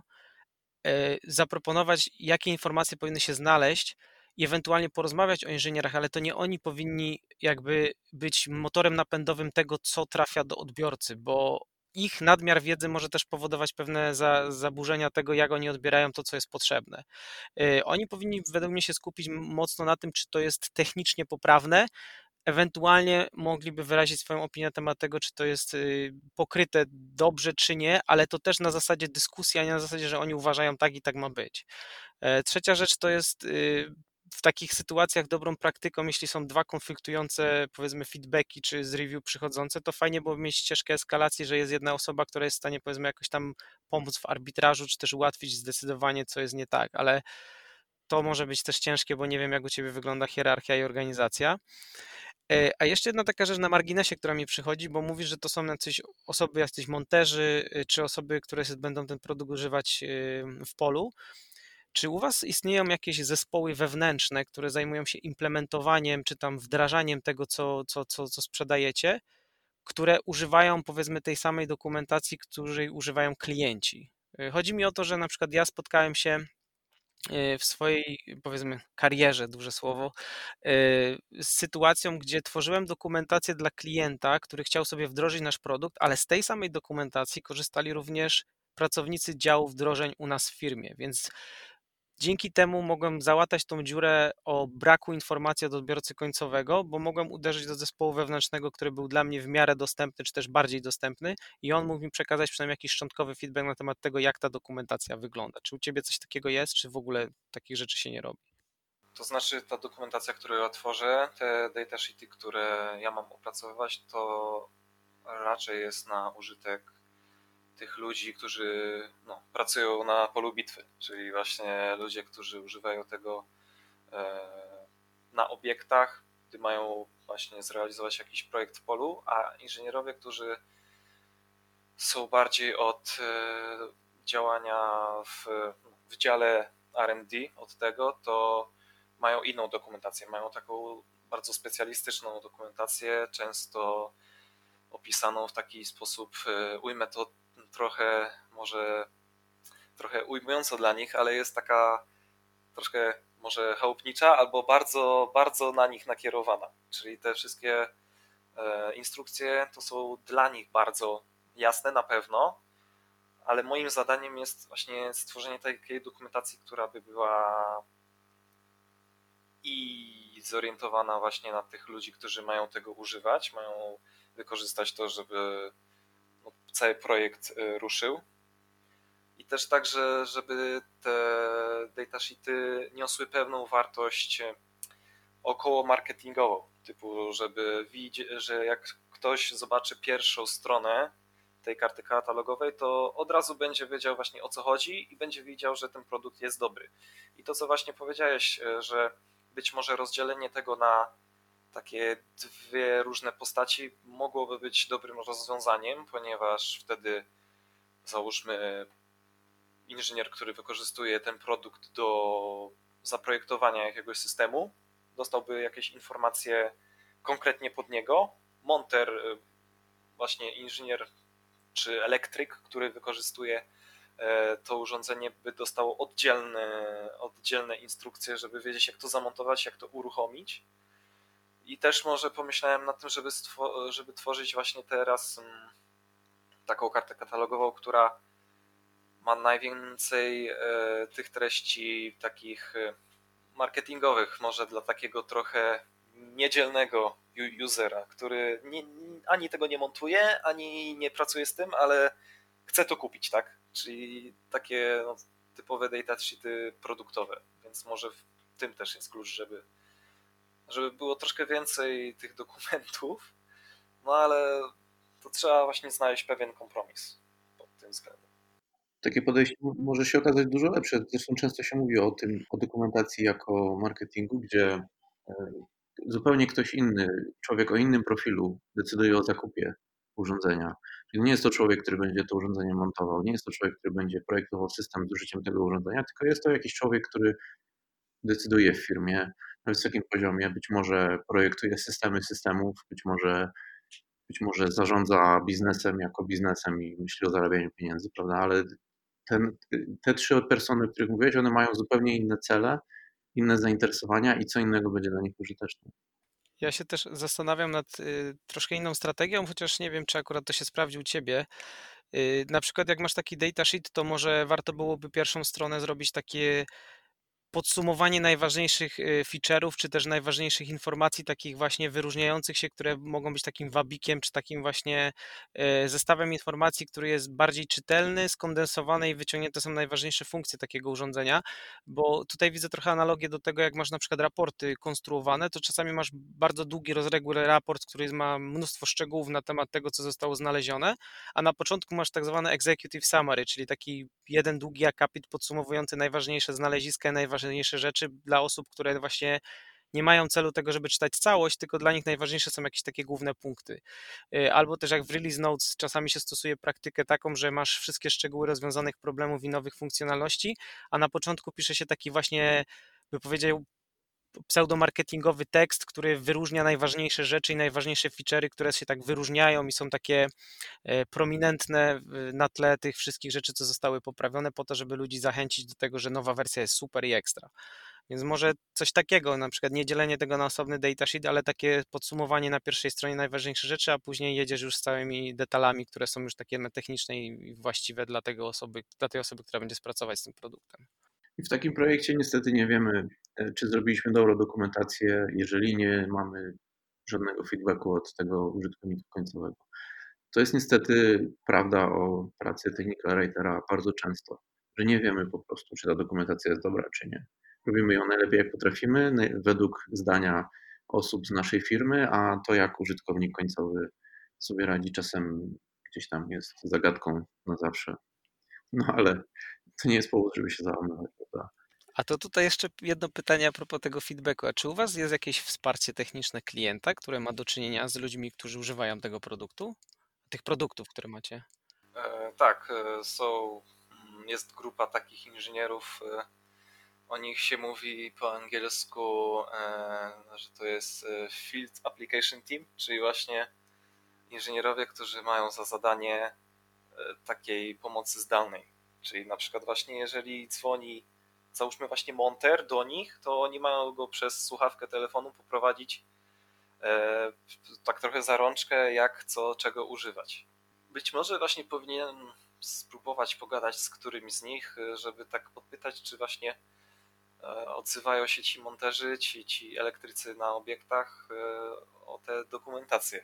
zaproponować, jakie informacje powinny się znaleźć i ewentualnie porozmawiać o inżynierach, ale to nie oni powinni jakby być motorem napędowym tego, co trafia do odbiorcy, bo ich nadmiar wiedzy może też powodować pewne zaburzenia tego, jak oni odbierają to, co jest potrzebne. Oni powinni według mnie się skupić mocno na tym, czy to jest technicznie poprawne, ewentualnie mogliby wyrazić swoją opinię na temat tego, czy to jest pokryte dobrze, czy nie, ale to też na zasadzie dyskusji, a nie na zasadzie, że oni uważają tak i tak ma być. Trzecia rzecz to jest w takich sytuacjach dobrą praktyką, jeśli są dwa konfliktujące, powiedzmy, feedbacki czy z review przychodzące, to fajnie byłoby mieć ścieżkę eskalacji, że jest jedna osoba, która jest w stanie, powiedzmy, jakoś tam pomóc w arbitrażu, czy też ułatwić zdecydowanie, co jest nie tak, ale to może być też ciężkie, bo nie wiem, jak u Ciebie wygląda hierarchia i organizacja. A jeszcze jedna taka rzecz na marginesie, która mi przychodzi, bo mówisz, że to są jacyś osoby, jacyś monterzy, czy osoby, które będą ten produkt używać w polu. Czy u Was istnieją jakieś zespoły wewnętrzne, które zajmują się implementowaniem czy tam wdrażaniem tego, co sprzedajecie, które używają powiedzmy tej samej dokumentacji, której używają klienci? Chodzi mi o to, że na przykład ja spotkałem się w swojej, powiedzmy, karierze, duże słowo, z sytuacją, gdzie tworzyłem dokumentację dla klienta, który chciał sobie wdrożyć nasz produkt, ale z tej samej dokumentacji korzystali również pracownicy działu wdrożeń u nas w firmie, więc dzięki temu mogłem załatać tą dziurę o braku informacji od odbiorcy końcowego, bo mogłem uderzyć do zespołu wewnętrznego, który był dla mnie w miarę dostępny, czy też bardziej dostępny i on mógł mi przekazać przynajmniej jakiś szczątkowy feedback na temat tego, jak ta dokumentacja wygląda. Czy u Ciebie coś takiego jest, czy w ogóle takich rzeczy się nie robi? To znaczy ta dokumentacja, którą ja tworzę, te datasheety, które ja mam opracowywać, to raczej jest na użytek tych ludzi, którzy pracują na polu bitwy, czyli właśnie ludzie, którzy używają tego na obiektach, gdy mają właśnie zrealizować jakiś projekt w polu, a inżynierowie, którzy są bardziej od działania w dziale R&D od tego, to mają inną dokumentację, mają taką bardzo specjalistyczną dokumentację, często opisaną w taki sposób, ujmę to może trochę ujmująco dla nich, ale jest taka troszkę może chałupnicza albo bardzo, bardzo na nich nakierowana. Czyli te wszystkie instrukcje to są dla nich bardzo jasne na pewno, ale moim zadaniem jest właśnie stworzenie takiej dokumentacji, która by była i zorientowana właśnie na tych ludzi, którzy mają tego używać, mają wykorzystać to, żeby cały projekt ruszył. I też także, żeby te datasheety niosły pewną wartość około marketingową, typu że jak ktoś zobaczy pierwszą stronę tej karty katalogowej, to od razu będzie wiedział właśnie o co chodzi i będzie widział, że ten produkt jest dobry. I to, co właśnie powiedziałeś, że być może rozdzielenie tego na takie dwie różne postaci mogłoby być dobrym rozwiązaniem, ponieważ wtedy załóżmy inżynier, który wykorzystuje ten produkt do zaprojektowania jakiegoś systemu, dostałby jakieś informacje konkretnie pod niego. Monter, właśnie inżynier czy elektryk, który wykorzystuje to urządzenie, by dostał oddzielne instrukcje, żeby wiedzieć, jak to zamontować, jak to uruchomić. I też może pomyślałem nad tym, żeby tworzyć właśnie teraz taką kartę katalogową, która ma najwięcej tych treści takich marketingowych, może dla takiego trochę niedzielnego usera, który ani tego nie montuje, ani nie pracuje z tym, ale chce to kupić, tak? Czyli takie typowe datasheety produktowe, więc może w tym też jest klucz, żeby było troszkę więcej tych dokumentów, ale to trzeba właśnie znaleźć pewien kompromis pod tym względem. Takie podejście może się okazać dużo lepsze. Zresztą często się mówi o tym, o dokumentacji jako marketingu, gdzie zupełnie ktoś inny, człowiek o innym profilu decyduje o zakupie urządzenia. Czyli nie jest to człowiek, który będzie to urządzenie montował, nie jest to człowiek, który będzie projektował system z użyciem tego urządzenia, tylko jest to jakiś człowiek, który decyduje w firmie na wysokim poziomie, być może projektuje systemy systemów, być może zarządza biznesem jako biznesem i myśli o zarabianiu pieniędzy, prawda? Ale te trzy persony, o których mówiłeś, one mają zupełnie inne cele, inne zainteresowania i co innego będzie dla nich użyteczne. Ja się też zastanawiam nad troszkę inną strategią, chociaż nie wiem, czy akurat to się sprawdzi u Ciebie. Na przykład jak masz taki datasheet, to może warto byłoby pierwszą stronę zrobić takie podsumowanie najważniejszych feature'ów, czy też najważniejszych informacji takich właśnie wyróżniających się, które mogą być takim wabikiem, czy takim właśnie zestawem informacji, który jest bardziej czytelny, skondensowany i wyciągnięte są najważniejsze funkcje takiego urządzenia, bo tutaj widzę trochę analogię do tego, jak masz na przykład raporty konstruowane, to czasami masz bardzo długi, rozległy raport, który ma mnóstwo szczegółów na temat tego, co zostało znalezione, a na początku masz tak zwane executive summary, czyli taki jeden długi akapit podsumowujący najważniejsze znaleziska, najważniejsze rzeczy dla osób, które właśnie nie mają celu tego, żeby czytać całość, tylko dla nich najważniejsze są jakieś takie główne punkty. Albo też jak w Release Notes czasami się stosuje praktykę taką, że masz wszystkie szczegóły rozwiązanych problemów i nowych funkcjonalności, a na początku pisze się taki właśnie, by powiedział, pseudomarketingowy tekst, który wyróżnia najważniejsze rzeczy i najważniejsze feature'y, które się tak wyróżniają i są takie prominentne na tle tych wszystkich rzeczy, co zostały poprawione, po to, żeby ludzi zachęcić do tego, że nowa wersja jest super i ekstra. Więc może coś takiego, na przykład nie dzielenie tego na osobny datasheet, ale takie podsumowanie na pierwszej stronie najważniejszych rzeczy, a później jedziesz już z całymi detalami, które są już takie techniczne i właściwe dla tej osoby, która będzie pracować z tym produktem. I w takim projekcie niestety nie wiemy, czy zrobiliśmy dobrą dokumentację, jeżeli nie mamy żadnego feedbacku od tego użytkownika końcowego. To jest niestety prawda o pracy technical writera bardzo często, że nie wiemy po prostu, czy ta dokumentacja jest dobra, czy nie. Robimy ją najlepiej, jak potrafimy, według zdania osób z naszej firmy, a to, jak użytkownik końcowy sobie radzi, czasem gdzieś tam jest zagadką na zawsze. No ale to nie jest powód, żeby się załamywać, prawda? A to tutaj jeszcze jedno pytanie a propos tego feedbacku. A czy u Was jest jakieś wsparcie techniczne klienta, które ma do czynienia z ludźmi, którzy używają tego produktu? Tych produktów, które macie? Tak, jest grupa takich inżynierów, o nich się mówi po angielsku, że to jest Field Application Team, czyli właśnie inżynierowie, którzy mają za zadanie takiej pomocy zdalnej. Czyli na przykład właśnie jeżeli dzwoni, załóżmy właśnie monter do nich, to oni mają go przez słuchawkę telefonu poprowadzić tak trochę za rączkę, jak co, czego używać. Być może właśnie powinienem spróbować pogadać z którymś z nich, żeby tak podpytać, czy właśnie odzywają się ci monterzy, ci elektrycy na obiektach o te dokumentacje.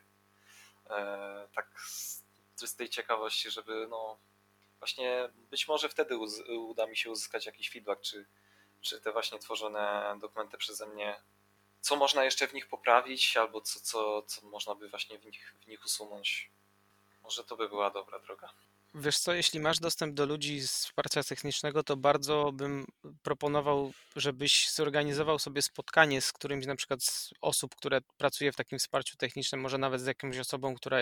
Tak z czystej ciekawości, żeby właśnie być może wtedy uda mi się uzyskać jakiś feedback, czy te właśnie tworzone dokumenty przeze mnie, co można jeszcze w nich poprawić, albo co można by właśnie w nich usunąć. Może to by była dobra droga. Wiesz co, jeśli masz dostęp do ludzi z wsparcia technicznego, to bardzo bym proponował, żebyś zorganizował sobie spotkanie z którymś na przykład z osób, które pracuje w takim wsparciu technicznym, może nawet z jakąś osobą, która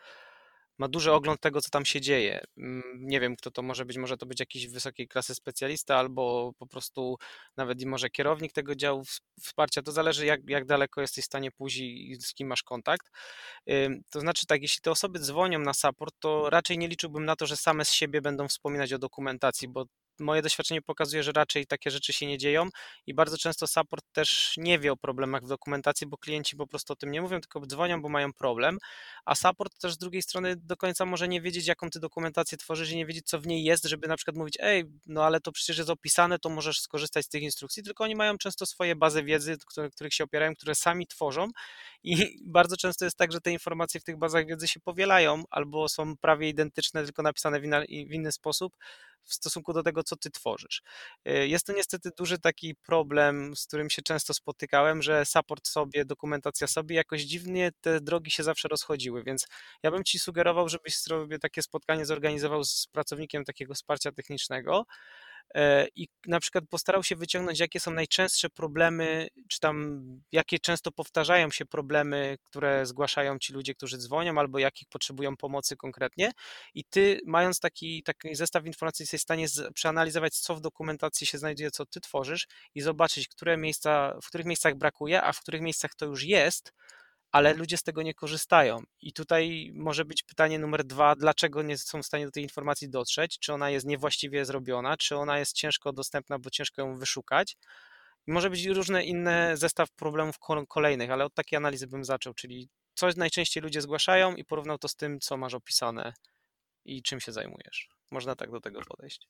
ma duży ogląd tego, co tam się dzieje. Nie wiem, kto to może to być jakiś wysokiej klasy specjalista, albo po prostu nawet i może kierownik tego działu wsparcia. To zależy, jak daleko jesteś w stanie pójść i z kim masz kontakt. To znaczy tak, jeśli te osoby dzwonią na support, to raczej nie liczyłbym na to, że same z siebie będą wspominać o dokumentacji, bo moje doświadczenie pokazuje, że raczej takie rzeczy się nie dzieją i bardzo często support też nie wie o problemach w dokumentacji, bo klienci po prostu o tym nie mówią, tylko dzwonią, bo mają problem, a support też z drugiej strony do końca może nie wiedzieć, jaką ty dokumentację tworzysz i nie wiedzieć, co w niej jest, żeby na przykład mówić, no ale to przecież jest opisane, to możesz skorzystać z tych instrukcji, tylko oni mają często swoje bazy wiedzy, których się opierają, które sami tworzą i bardzo często jest tak, że te informacje w tych bazach wiedzy się powielają albo są prawie identyczne, tylko napisane w inny sposób w stosunku do tego, co ty tworzysz. Jest to niestety duży taki problem, z którym się często spotykałem, że support sobie, dokumentacja sobie, jakoś dziwnie te drogi się zawsze rozchodziły, więc ja bym ci sugerował, żebyś sobie takie spotkanie zorganizował z pracownikiem takiego wsparcia technicznego i na przykład postarał się wyciągnąć, jakie są najczęstsze problemy, czy tam jakie często powtarzają się problemy, które zgłaszają ci ludzie, którzy dzwonią, albo jakich potrzebują pomocy konkretnie. I ty, mając taki zestaw informacji, jesteś w stanie przeanalizować, co w dokumentacji się znajduje, co ty tworzysz i zobaczyć, w których miejscach brakuje, a w których miejscach to już jest, ale ludzie z tego nie korzystają. I tutaj może być pytanie numer 2, dlaczego nie są w stanie do tej informacji dotrzeć, czy ona jest niewłaściwie zrobiona, czy ona jest ciężko dostępna, bo ciężko ją wyszukać. I może być różne inne zestaw problemów kolejnych, ale od takiej analizy bym zaczął, czyli co najczęściej ludzie zgłaszają i porównał to z tym, co masz opisane i czym się zajmujesz. Można tak do tego podejść.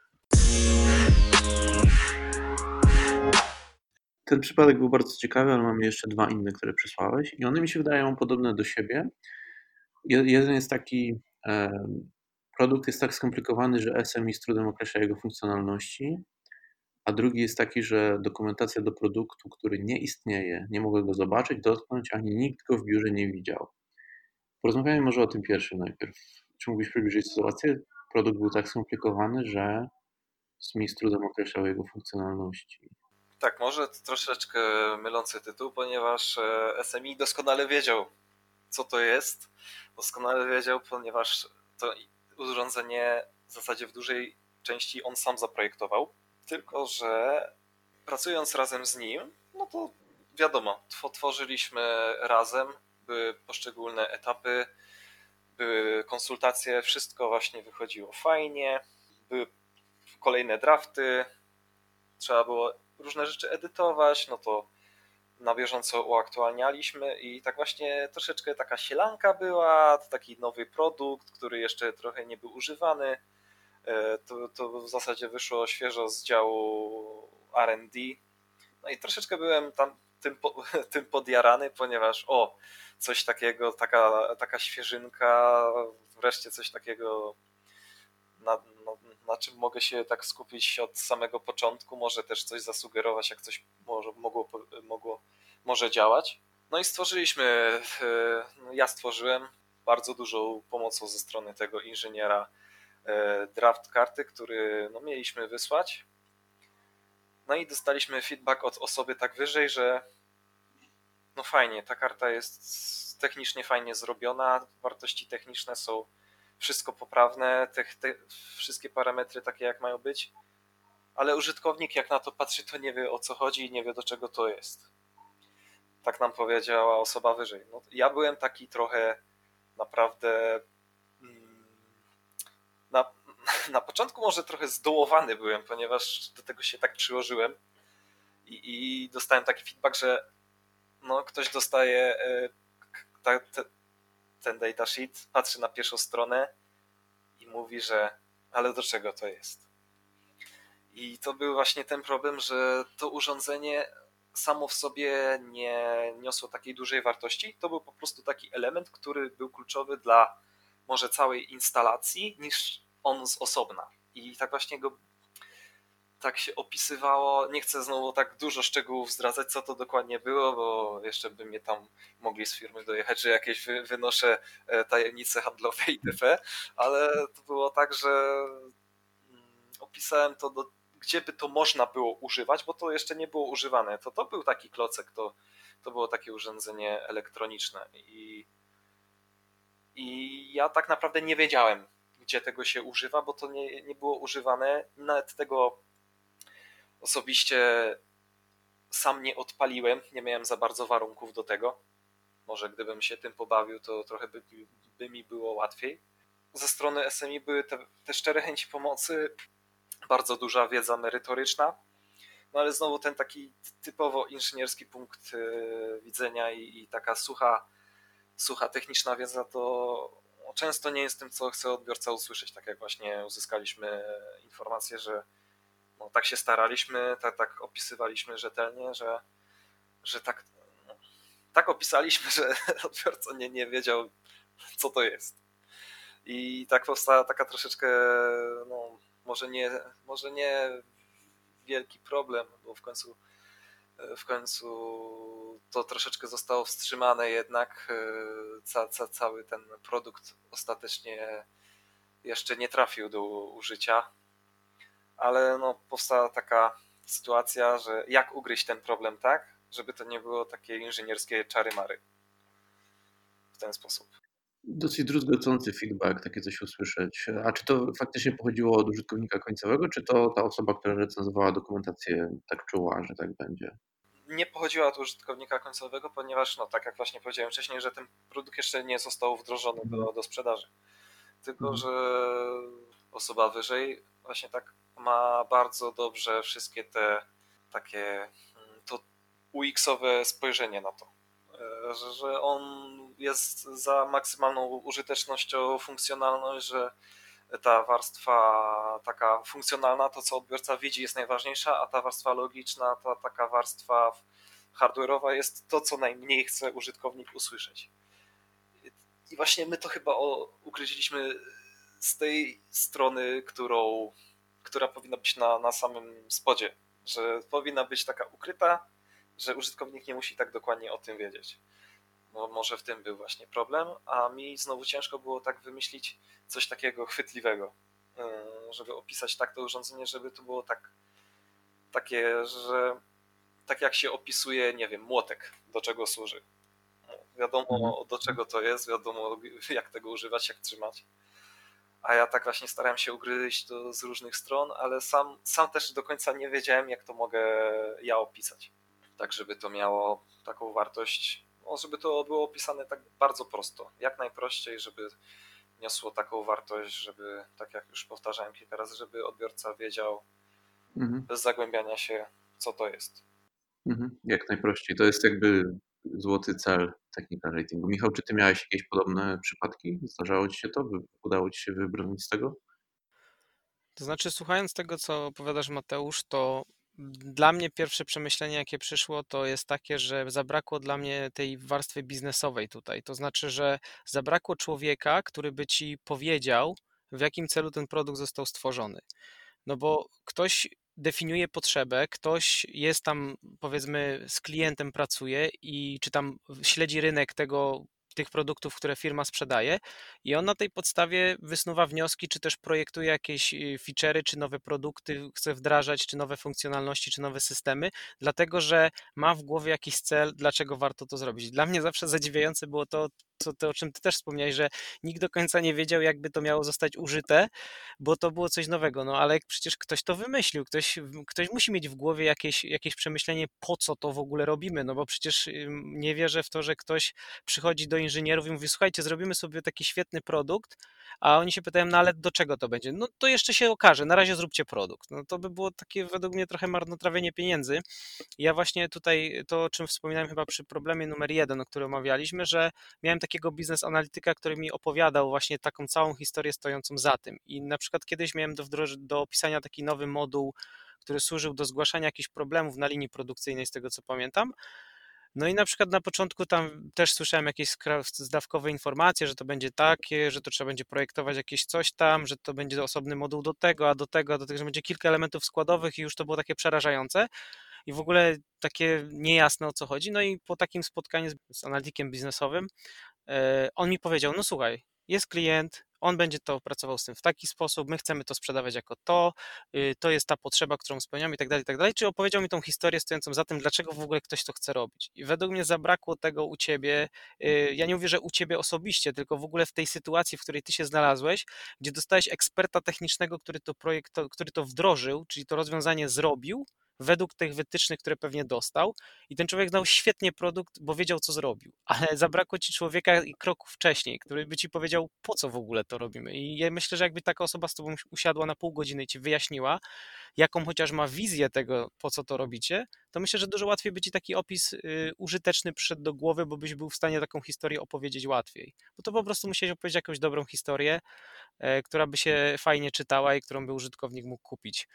Ten przypadek był bardzo ciekawy, ale mamy jeszcze 2 inne, które przysłałeś i one mi się wydają podobne do siebie. Jeden jest taki, produkt jest tak skomplikowany, że SMI z trudem określa jego funkcjonalności, a drugi jest taki, że dokumentacja do produktu, który nie istnieje, nie mogę go zobaczyć, dotknąć, ani nikt go w biurze nie widział. Porozmawiajmy może o tym pierwszym najpierw. Czy mógłbyś przybliżyć sytuację? Produkt był tak skomplikowany, że SMI z trudem określał jego funkcjonalności. Tak, może to troszeczkę mylący tytuł, ponieważ SMI doskonale wiedział, co to jest. Doskonale wiedział, ponieważ to urządzenie w zasadzie w dużej części on sam zaprojektował. Tylko że pracując razem z nim, no to wiadomo, tworzyliśmy razem, były poszczególne etapy, były konsultacje, wszystko właśnie wychodziło fajnie, były kolejne drafty, trzeba było różne rzeczy edytować, no to na bieżąco uaktualnialiśmy i tak właśnie troszeczkę taka sielanka była, to taki nowy produkt, który jeszcze trochę nie był używany. To w zasadzie wyszło świeżo z działu R&D. No i troszeczkę byłem tam tym podjarany, ponieważ coś takiego, taka świeżynka, wreszcie coś takiego, na czym mogę się tak skupić od samego początku, może też coś zasugerować, jak coś może działać. No i ja stworzyłem bardzo dużą pomocą ze strony tego inżyniera draft karty, który mieliśmy wysłać. No i dostaliśmy feedback od osoby tak wyżej, że no fajnie, ta karta jest technicznie fajnie zrobiona, wartości techniczne są wszystko poprawne, te wszystkie parametry takie jak mają być, ale użytkownik jak na to patrzy, to nie wie o co chodzi i nie wie do czego to jest. Tak nam powiedziała osoba wyżej. No, ja byłem taki trochę naprawdę na początku może trochę zdołowany byłem, ponieważ do tego się tak przyłożyłem i dostałem taki feedback, że ktoś dostaje ten datasheet, patrzy na pierwszą stronę i mówi, że ale do czego to jest? I to był właśnie ten problem, że to urządzenie samo w sobie nie niosło takiej dużej wartości. To był po prostu taki element, który był kluczowy dla może całej instalacji, niż on z osobna. I tak właśnie go tak się opisywało. Nie chcę znowu tak dużo szczegółów zdradzać, co to dokładnie było, bo jeszcze by mnie tam mogli z firmy dojechać, że jakieś wynoszę tajemnice handlowe itp. Ale to było tak, że opisałem to, gdzie by to można było używać, bo to jeszcze nie było używane. To był taki klocek, to było takie urządzenie elektroniczne i ja tak naprawdę nie wiedziałem, gdzie tego się używa, bo to nie było używane. Nawet tego osobiście sam nie odpaliłem, nie miałem za bardzo warunków do tego. Może gdybym się tym pobawił, to trochę by mi było łatwiej. Ze strony SMI były te szczere chęci pomocy, bardzo duża wiedza merytoryczna, no ale znowu ten taki typowo inżynierski punkt widzenia i taka sucha techniczna wiedza to często nie jest tym, co chce odbiorca usłyszeć. Tak jak właśnie uzyskaliśmy informację, że tak się staraliśmy, tak opisywaliśmy rzetelnie, że tak opisaliśmy, że odbiorca nie wiedział, co to jest. I tak powstała taka troszeczkę, może nie wielki problem, bo w końcu to troszeczkę zostało wstrzymane jednak. Cały ten produkt ostatecznie jeszcze nie trafił do użycia, ale powstała taka sytuacja, że jak ugryźć ten problem tak, żeby to nie było takie inżynierskie czary-mary w ten sposób. Dosyć druzgocący feedback, takie coś usłyszeć. A czy to faktycznie pochodziło od użytkownika końcowego, czy to ta osoba, która recenzowała dokumentację, tak czuła, że tak będzie? Nie pochodziła od użytkownika końcowego, ponieważ, tak jak właśnie powiedziałem wcześniej, że ten produkt jeszcze nie został wdrożony do sprzedaży. Tylko, że osoba wyżej właśnie tak ma bardzo dobrze wszystkie te takie to UX-owe spojrzenie na to. Że on jest za maksymalną użytecznością, funkcjonalność, że ta warstwa taka funkcjonalna, to co odbiorca widzi, jest najważniejsza, a ta warstwa logiczna, ta taka warstwa hardware'owa jest to, co najmniej chce użytkownik usłyszeć. I właśnie my to chyba ugryźliśmy z tej strony, która powinna być na samym spodzie, że powinna być taka ukryta, że użytkownik nie musi tak dokładnie o tym wiedzieć. No może w tym był właśnie problem, a mi znowu ciężko było tak wymyślić coś takiego chwytliwego, żeby opisać tak to urządzenie, żeby to było takie, że tak jak się opisuje, nie wiem, młotek, do czego służy. Mhm. Wiadomo, do czego to jest, wiadomo, jak tego używać, jak trzymać. A ja tak właśnie starałem się ugryźć to z różnych stron, ale sam też do końca nie wiedziałem, jak to mogę ja opisać. Tak, żeby to miało taką wartość, no, żeby to było opisane tak bardzo prosto, jak najprościej, żeby niosło taką wartość, żeby, tak jak już powtarzałem kilka razy, żeby odbiorca wiedział Mhm. bez zagłębiania się, co to jest. Jak najprościej. To jest jakby złoty cel technical writingu. Michał, czy ty miałeś jakieś podobne przypadki? Zdarzało ci się to? Udało ci się wybrnąć z tego? To znaczy, słuchając tego, co opowiadasz, Mateusz, to dla mnie pierwsze przemyślenie, jakie przyszło, to jest takie, że zabrakło dla mnie tej warstwy biznesowej tutaj. To znaczy, że zabrakło człowieka, który by ci powiedział, w jakim celu ten produkt został stworzony. No bo ktoś definiuje potrzebę, ktoś jest tam, powiedzmy, z klientem pracuje i czy tam śledzi rynek tych produktów, które firma sprzedaje i on na tej podstawie wysnuwa wnioski, czy też projektuje jakieś feature'y, czy nowe produkty chce wdrażać, czy nowe funkcjonalności, czy nowe systemy, dlatego że ma w głowie jakiś cel, dlaczego warto to zrobić. Dla mnie zawsze zadziwiające było to, o czym ty też wspomniałeś, że nikt do końca nie wiedział, jakby to miało zostać użyte, bo to było coś nowego. No ale przecież ktoś to wymyślił, ktoś musi mieć w głowie jakieś przemyślenie, po co to w ogóle robimy, no bo przecież nie wierzę w to, że ktoś przychodzi do inżynierów i mówi, słuchajcie, zrobimy sobie taki świetny produkt, a oni się pytają, no ale do czego to będzie? No to jeszcze się okaże, na razie zróbcie produkt. No to by było takie według mnie trochę marnotrawienie pieniędzy. Ja właśnie tutaj to, o czym wspominałem chyba przy problemie numer 1, o którym omawialiśmy, że miałem takiego biznes analityka, który mi opowiadał właśnie taką całą historię stojącą za tym. I na przykład kiedyś miałem do opisania taki nowy moduł, który służył do zgłaszania jakichś problemów na linii produkcyjnej, z tego co pamiętam. No i na przykład na początku tam też słyszałem jakieś zdawkowe informacje, że to będzie takie, że to trzeba będzie projektować jakieś coś tam, że to będzie osobny moduł do tego, a do tego, że będzie kilka elementów składowych i już to było takie przerażające i w ogóle takie niejasne o co chodzi. No i po takim spotkaniu z analitykiem biznesowym on mi powiedział, no słuchaj, jest klient, on będzie to pracował z tym w taki sposób, my chcemy to sprzedawać jako to jest ta potrzeba, którą spełniamy i tak dalej, i tak dalej. Czy opowiedział mi tą historię stojącą za tym, dlaczego w ogóle ktoś to chce robić. I według mnie zabrakło tego u ciebie, ja nie mówię, że u ciebie osobiście, tylko w ogóle w tej sytuacji, w której ty się znalazłeś, gdzie dostałeś eksperta technicznego, który to wdrożył, czyli to rozwiązanie zrobił, według tych wytycznych, które pewnie dostał i ten człowiek znał świetnie produkt, bo wiedział, co zrobił, ale zabrakło ci człowieka i kroku wcześniej, który by ci powiedział, po co w ogóle to robimy. I ja myślę, że jakby taka osoba z tobą usiadła na pół godziny i ci wyjaśniła, jaką chociaż ma wizję tego, po co to robicie, to myślę, że dużo łatwiej by ci taki opis użyteczny przyszedł do głowy, bo byś był w stanie taką historię opowiedzieć łatwiej. Bo to po prostu musiałeś opowiedzieć jakąś dobrą historię, która by się fajnie czytała i którą by użytkownik mógł kupić.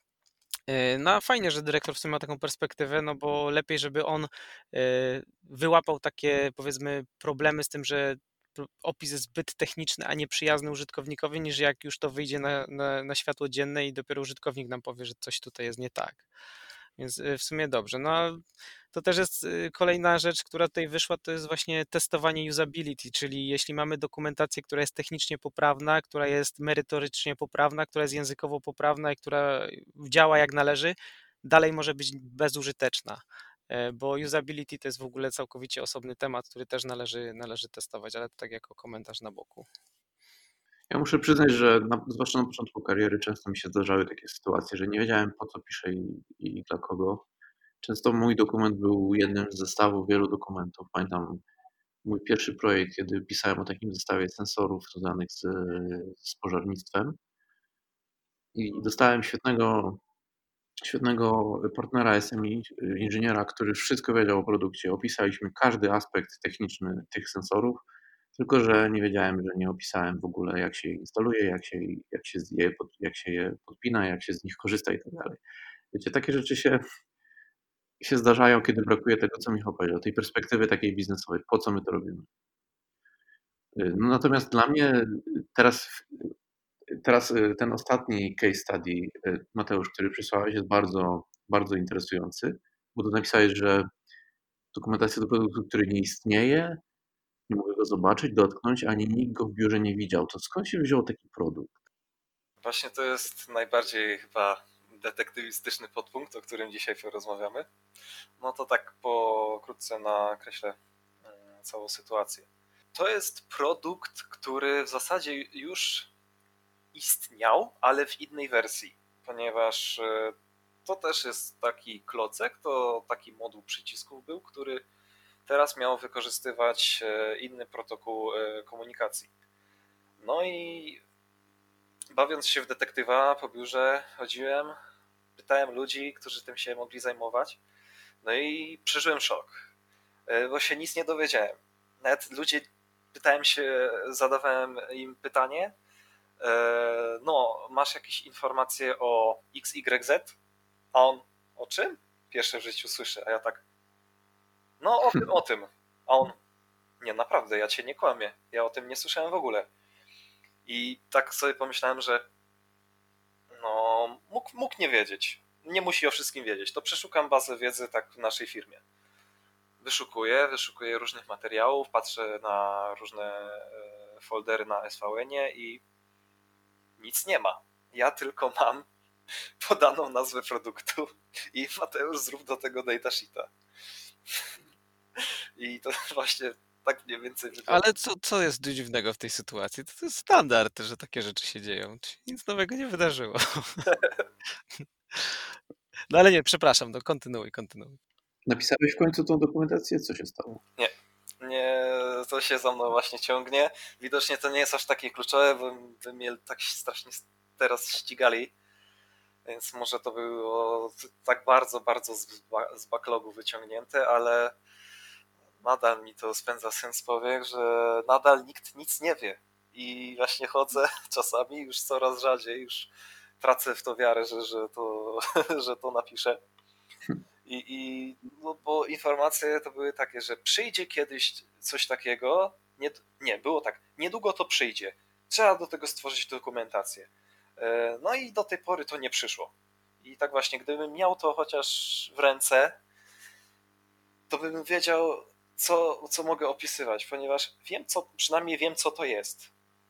No a fajnie, że dyrektor w sumie ma taką perspektywę, no bo lepiej, żeby on wyłapał takie, powiedzmy, problemy z tym, że opis jest zbyt techniczny, a nie przyjazny użytkownikowi, niż jak już to wyjdzie na światło dzienne i dopiero użytkownik nam powie, że coś tutaj jest nie tak. Więc w sumie dobrze. No a to też jest kolejna rzecz, która tutaj wyszła, to jest właśnie testowanie usability, czyli jeśli mamy dokumentację, która jest technicznie poprawna, która jest merytorycznie poprawna, która jest językowo poprawna i która działa jak należy, dalej może być bezużyteczna, bo usability to jest w ogóle całkowicie osobny temat, który też należy testować, ale to tak jako komentarz na boku. Ja muszę przyznać, że zwłaszcza na początku kariery często mi się zdarzały takie sytuacje, że nie wiedziałem po co piszę i dla kogo. Często mój dokument był jednym z zestawów wielu dokumentów. Pamiętam mój pierwszy projekt, kiedy pisałem o takim zestawie sensorów związanych z pożarnictwem i dostałem świetnego partnera SMI, inżyniera, który wszystko wiedział o produkcie. Opisaliśmy każdy aspekt techniczny tych sensorów, tylko że nie wiedziałem, że nie opisałem w ogóle, jak się je instaluje, jak się je podpina, jak się z nich korzysta i tak dalej. Wiecie, takie rzeczy się zdarzają, kiedy brakuje tego, co Michał powiedział, tej perspektywy takiej biznesowej, po co my to robimy. No natomiast dla mnie teraz, teraz ten ostatni case study, Mateusz, który przysłałeś, jest bardzo, bardzo interesujący, bo tu napisałeś, że dokumentacja do produktu, który nie istnieje, nie mogę go zobaczyć, dotknąć, ani nikt go w biurze nie widział. To skąd się wziął taki produkt? Właśnie to jest najbardziej chyba detektywistyczny podpunkt, o którym dzisiaj porozmawiamy. No to tak pokrótce nakreślę całą sytuację. To jest produkt, który w zasadzie już istniał, ale w innej wersji, ponieważ to też jest taki klocek, to taki moduł przycisków był, który teraz miał wykorzystywać inny protokół komunikacji. No i bawiąc się w detektywa po biurze chodziłem, pytałem ludzi, którzy tym się mogli zajmować, no i przeżyłem szok, bo się nic nie dowiedziałem. Nawet ludzie, zadawałem im pytanie, no masz jakieś informacje o XYZ? A on, o czym? Pierwsze w życiu słyszę, a ja tak, no o tym. A on, nie, naprawdę, ja cię nie kłamię, ja o tym nie słyszałem w ogóle. I tak sobie pomyślałem, że no mógł nie wiedzieć, nie musi o wszystkim wiedzieć, to przeszukam bazę wiedzy tak w naszej firmie. Wyszukuję różnych materiałów, patrzę na różne foldery na SVN-ie i nic nie ma. Ja tylko mam podaną nazwę produktu i Mateusz, zrób do tego datasheeta. I to właśnie tak mniej więcej wygląda. Ale co jest dziwnego w tej sytuacji? To jest standard, że takie rzeczy się dzieją. Nic nowego nie wydarzyło. No ale nie, przepraszam, no kontynuuj. Napisałeś w końcu tą dokumentację? Co się stało? Nie, to się za mną właśnie ciągnie. Widocznie to nie jest aż takie kluczowe, bo by mnie tak strasznie teraz ścigali. Więc może to było tak bardzo z backlogu wyciągnięte, ale nadal mi to spędza sens powiek, że nadal nikt nic nie wie. I właśnie chodzę czasami już coraz rzadziej, już tracę w to wiarę, że to napiszę. No, bo informacje to były takie, że przyjdzie kiedyś coś takiego, nie, było tak, niedługo to przyjdzie, trzeba do tego stworzyć dokumentację. No i do tej pory to nie przyszło. I tak właśnie, gdybym miał to chociaż w ręce, to bym wiedział, co mogę opisywać, ponieważ przynajmniej wiem, co to jest.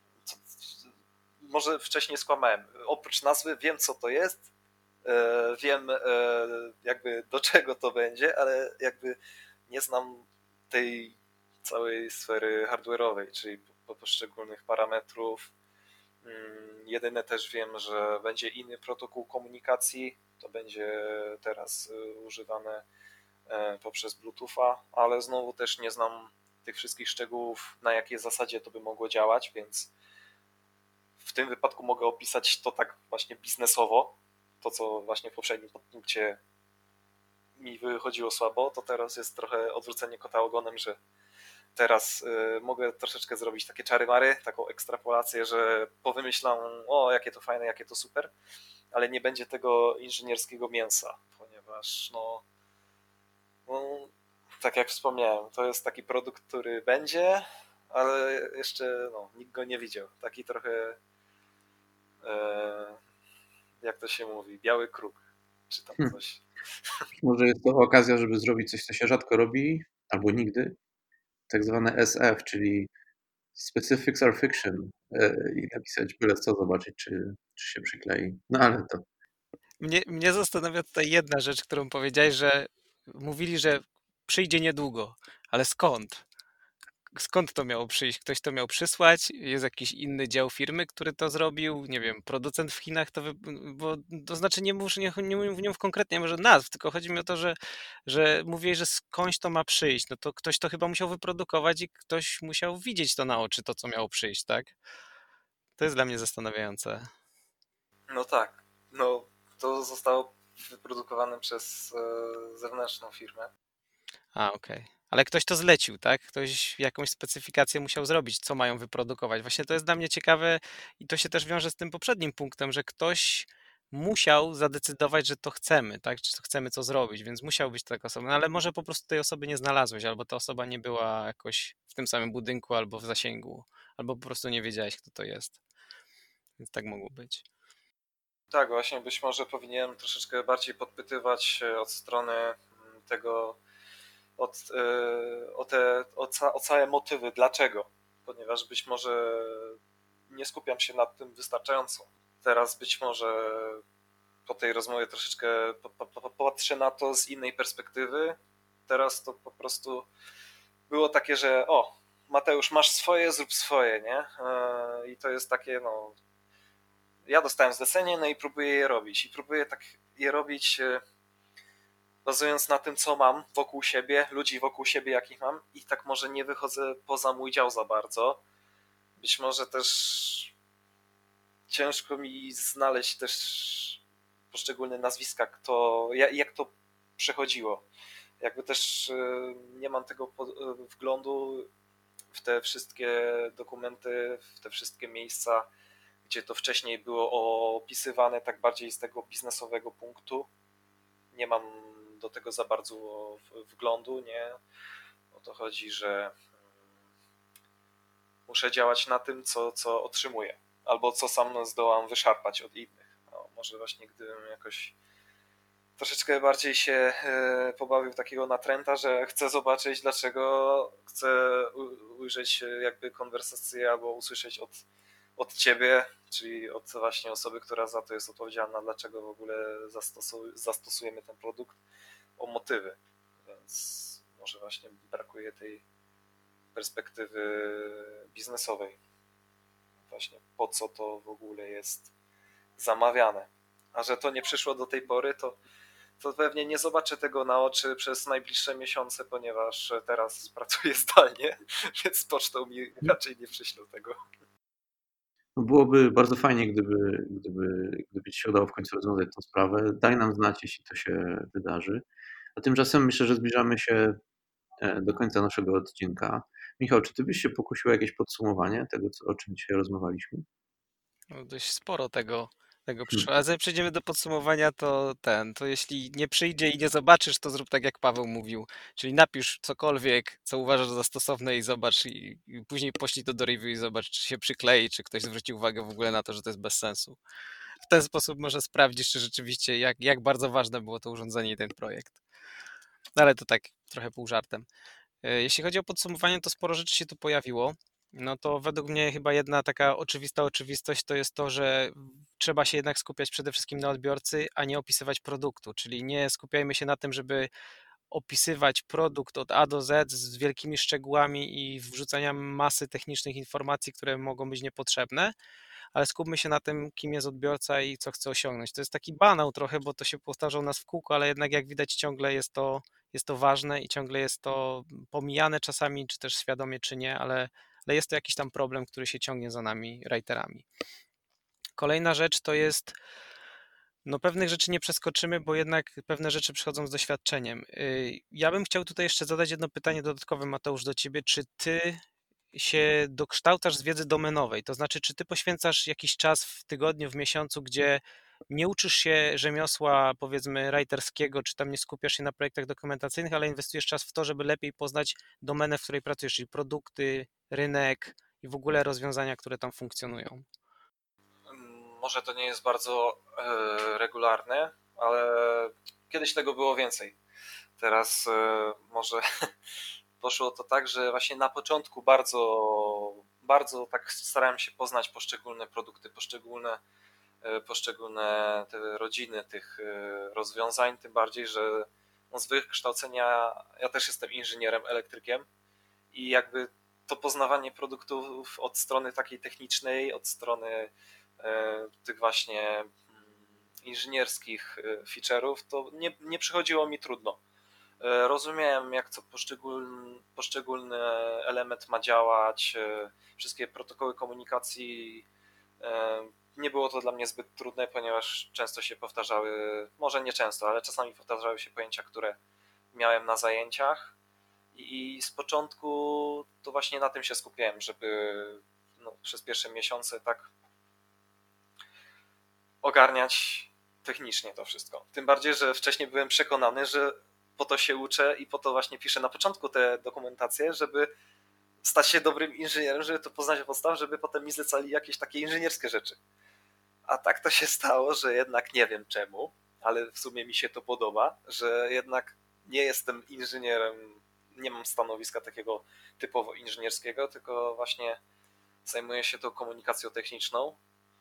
Może wcześniej skłamałem. Oprócz nazwy wiem, co to jest, wiem jakby do czego to będzie, ale jakby nie znam tej całej sfery hardware'owej, czyli poszczególnych parametrów. Jedyne też wiem, że będzie inny protokół komunikacji, to będzie teraz używane poprzez Bluetootha, ale znowu też nie znam tych wszystkich szczegółów, na jakiej zasadzie to by mogło działać, więc w tym wypadku mogę opisać to tak właśnie biznesowo, to co właśnie w poprzednim podpunkcie mi wychodziło słabo, to teraz jest trochę odwrócenie kota ogonem, że teraz mogę troszeczkę zrobić takie czary-mary, taką ekstrapolację, że powymyślam, o jakie to fajne, jakie to super, ale nie będzie tego inżynierskiego mięsa, ponieważ no tak jak wspomniałem, to jest taki produkt, który będzie, ale jeszcze nikt go nie widział. Taki trochę jak to się mówi, biały kruk, czy tam coś. Może jest to okazja, żeby zrobić coś, co się rzadko robi, albo nigdy, tak zwane SF, czyli Specifics are Fiction, i napisać byle co, zobaczyć, czy się przyklei. No ale to... Mnie zastanawia tutaj jedna rzecz, którą powiedziałeś, że mówili, że przyjdzie niedługo, ale skąd? Skąd to miało przyjść? Ktoś to miał przysłać? Jest jakiś inny dział firmy, który to zrobił? Nie wiem, producent w Chinach bo to znaczy nie mówię konkretnie może nazw, tylko chodzi mi o to, że mówię, że skądś to ma przyjść. No to ktoś to chyba musiał wyprodukować i ktoś musiał widzieć to na oczy, to co miało przyjść, tak? To jest dla mnie zastanawiające. No tak, no to zostało wyprodukowane przez zewnętrzną firmę. Okej. Ale ktoś to zlecił, tak? Ktoś jakąś specyfikację musiał zrobić, co mają wyprodukować. Właśnie to jest dla mnie ciekawe i to się też wiąże z tym poprzednim punktem, że ktoś musiał zadecydować, że to chcemy, tak? Czy to chcemy co zrobić, więc musiał być taka osoba. No ale może po prostu tej osoby nie znalazłeś, albo ta osoba nie była jakoś w tym samym budynku, albo w zasięgu, albo po prostu nie wiedziałeś, kto to jest. Więc tak mogło być. Tak, właśnie być może powinienem troszeczkę bardziej podpytywać od strony tego, o całe motywy, dlaczego, ponieważ być może nie skupiam się nad tym wystarczająco. Teraz być może po tej rozmowie troszeczkę patrzę na to z innej perspektywy. Teraz to po prostu było takie, że Mateusz, masz swoje, zrób swoje, nie? I to jest takie, ja dostałem zlecenie, no i próbuję je robić. I próbuję tak je robić bazując na tym, co mam wokół siebie, ludzi wokół siebie, jakich mam, i tak może nie wychodzę poza mój dział za bardzo. Być może też ciężko mi znaleźć też poszczególne nazwiska, jak to przechodziło. Jakby też nie mam tego wglądu w te wszystkie dokumenty, w te wszystkie miejsca, gdzie to wcześniej było opisywane tak bardziej z tego biznesowego punktu. Nie mam do tego za bardzo wglądu, nie? O to chodzi, że muszę działać na tym, co otrzymuję, albo co sam zdołam wyszarpać od innych. Może właśnie gdybym jakoś troszeczkę bardziej się pobawił takiego natręta, że chcę zobaczyć, dlaczego chcę ujrzeć jakby konwersację albo usłyszeć od ciebie, czyli od właśnie osoby, która za to jest odpowiedzialna, dlaczego w ogóle zastosujemy ten produkt, o motywy. Więc może właśnie brakuje tej perspektywy biznesowej. Właśnie po co to w ogóle jest zamawiane. A że to nie przyszło do tej pory, to pewnie nie zobaczę tego na oczy przez najbliższe miesiące, ponieważ teraz pracuję zdalnie, więc pocztą mi raczej nie przyślą tego. No byłoby bardzo fajnie, gdyby ci się udało w końcu rozwiązać tę sprawę. Daj nam znać, jeśli to się wydarzy. A tymczasem myślę, że zbliżamy się do końca naszego odcinka. Michał, czy ty byś się pokusił o jakieś podsumowanie tego, o czym dzisiaj rozmawialiśmy? No, dość sporo tego przyszło. A zanim przejdziemy do podsumowania, to jeśli nie przyjdzie i nie zobaczysz, to zrób tak, jak Paweł mówił. Czyli napisz cokolwiek, co uważasz za stosowne i zobacz, i później poślij to do review i zobacz, czy się przyklei, czy ktoś zwróci uwagę w ogóle na to, że to jest bez sensu. W ten sposób może sprawdzisz, czy rzeczywiście jak bardzo ważne było to urządzenie i ten projekt. No ale to tak trochę pół żartem. Jeśli chodzi o podsumowanie, to sporo rzeczy się tu pojawiło. No to według mnie chyba jedna taka oczywista oczywistość to jest to, że trzeba się jednak skupiać przede wszystkim na odbiorcy, a nie opisywać produktu. Czyli nie skupiajmy się na tym, żeby opisywać produkt od A do Z z wielkimi szczegółami i wrzucania masy technicznych informacji, które mogą być niepotrzebne, ale skupmy się na tym, kim jest odbiorca i co chce osiągnąć. To jest taki banał trochę, bo to się powtarza u nas w kółko, ale jednak jak widać ciągle jest to ważne i ciągle jest to pomijane czasami, czy też świadomie, czy nie, ale jest to jakiś tam problem, który się ciągnie za nami, writerami. Kolejna rzecz to jest, no pewnych rzeczy nie przeskoczymy, bo jednak pewne rzeczy przychodzą z doświadczeniem. Ja bym chciał tutaj jeszcze zadać jedno pytanie dodatkowe, Mateusz, do ciebie. Czy ty się dokształcasz z wiedzy domenowej? To znaczy, czy ty poświęcasz jakiś czas w tygodniu, w miesiącu, gdzie nie uczysz się rzemiosła, powiedzmy, writerskiego, czy tam nie skupiasz się na projektach dokumentacyjnych, ale inwestujesz czas w to, żeby lepiej poznać domenę, w której pracujesz, czyli produkty, rynek i w ogóle rozwiązania, które tam funkcjonują? Może to nie jest bardzo regularne, ale kiedyś tego było więcej. Teraz może poszło to tak, że właśnie na początku bardzo tak starałem się poznać poszczególne produkty, poszczególne te rodziny tych rozwiązań, tym bardziej, że z wykształcenia ja też jestem inżynierem, elektrykiem i jakby to poznawanie produktów od strony takiej technicznej, od strony tych właśnie inżynierskich feature'ów, to nie przychodziło mi trudno. Rozumiałem, jak co poszczególny element ma działać, wszystkie protokoły komunikacji. Nie było to dla mnie zbyt trudne, ponieważ często się powtarzały, może nie często, ale czasami powtarzały się pojęcia, które miałem na zajęciach i z początku to właśnie na tym się skupiałem, żeby przez pierwsze miesiące tak ogarniać technicznie to wszystko. Tym bardziej, że wcześniej byłem przekonany, że po to się uczę i po to właśnie piszę na początku te dokumentacje, żeby stać się dobrym inżynierem, żeby to poznać podstaw, żeby potem mi zlecali jakieś takie inżynierskie rzeczy. A tak to się stało, że jednak nie wiem czemu, ale w sumie mi się to podoba, że jednak nie jestem inżynierem, nie mam stanowiska takiego typowo inżynierskiego, tylko właśnie zajmuję się tą komunikacją techniczną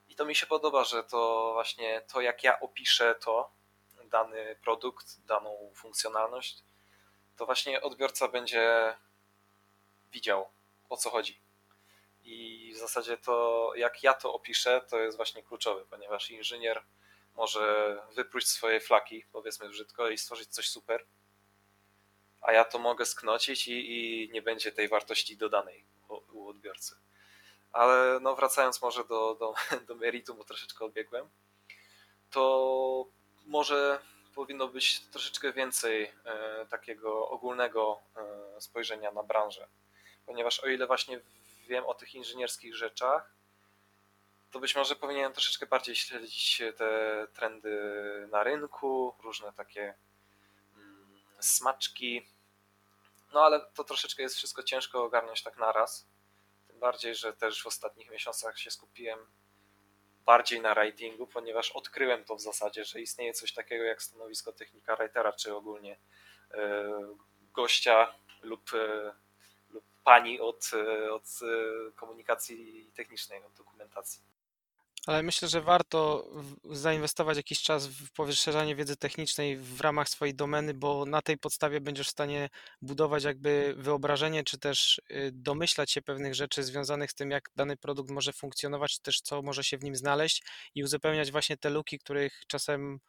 I to mi się podoba, że to właśnie to, jak ja opiszę dany produkt, daną funkcjonalność, to właśnie odbiorca będzie widział, o co chodzi. I w zasadzie to, jak ja to opiszę, to jest właśnie kluczowe, ponieważ inżynier może wypróć swoje flaki, powiedzmy brzydko, i stworzyć coś super, a ja to mogę sknocić i nie będzie tej wartości dodanej u odbiorcy. Ale no wracając może do meritum, bo troszeczkę odbiegłem, to może powinno być troszeczkę więcej takiego ogólnego spojrzenia na branżę. Ponieważ o ile właśnie wiem o tych inżynierskich rzeczach, to być może powinienem troszeczkę bardziej śledzić te trendy na rynku, różne takie smaczki. No ale to troszeczkę jest wszystko ciężko ogarnąć tak naraz. Tym bardziej, że też w ostatnich miesiącach się skupiłem bardziej na writingu, ponieważ odkryłem to w zasadzie, że istnieje coś takiego jak stanowisko technika writera, czy ogólnie gościa lub pani od komunikacji technicznej, od dokumentacji. Ale myślę, że warto zainwestować jakiś czas w poszerzanie wiedzy technicznej w ramach swojej domeny, bo na tej podstawie będziesz w stanie budować jakby wyobrażenie, czy też domyślać się pewnych rzeczy związanych z tym, jak dany produkt może funkcjonować, czy też co może się w nim znaleźć i uzupełniać właśnie te luki, których czasem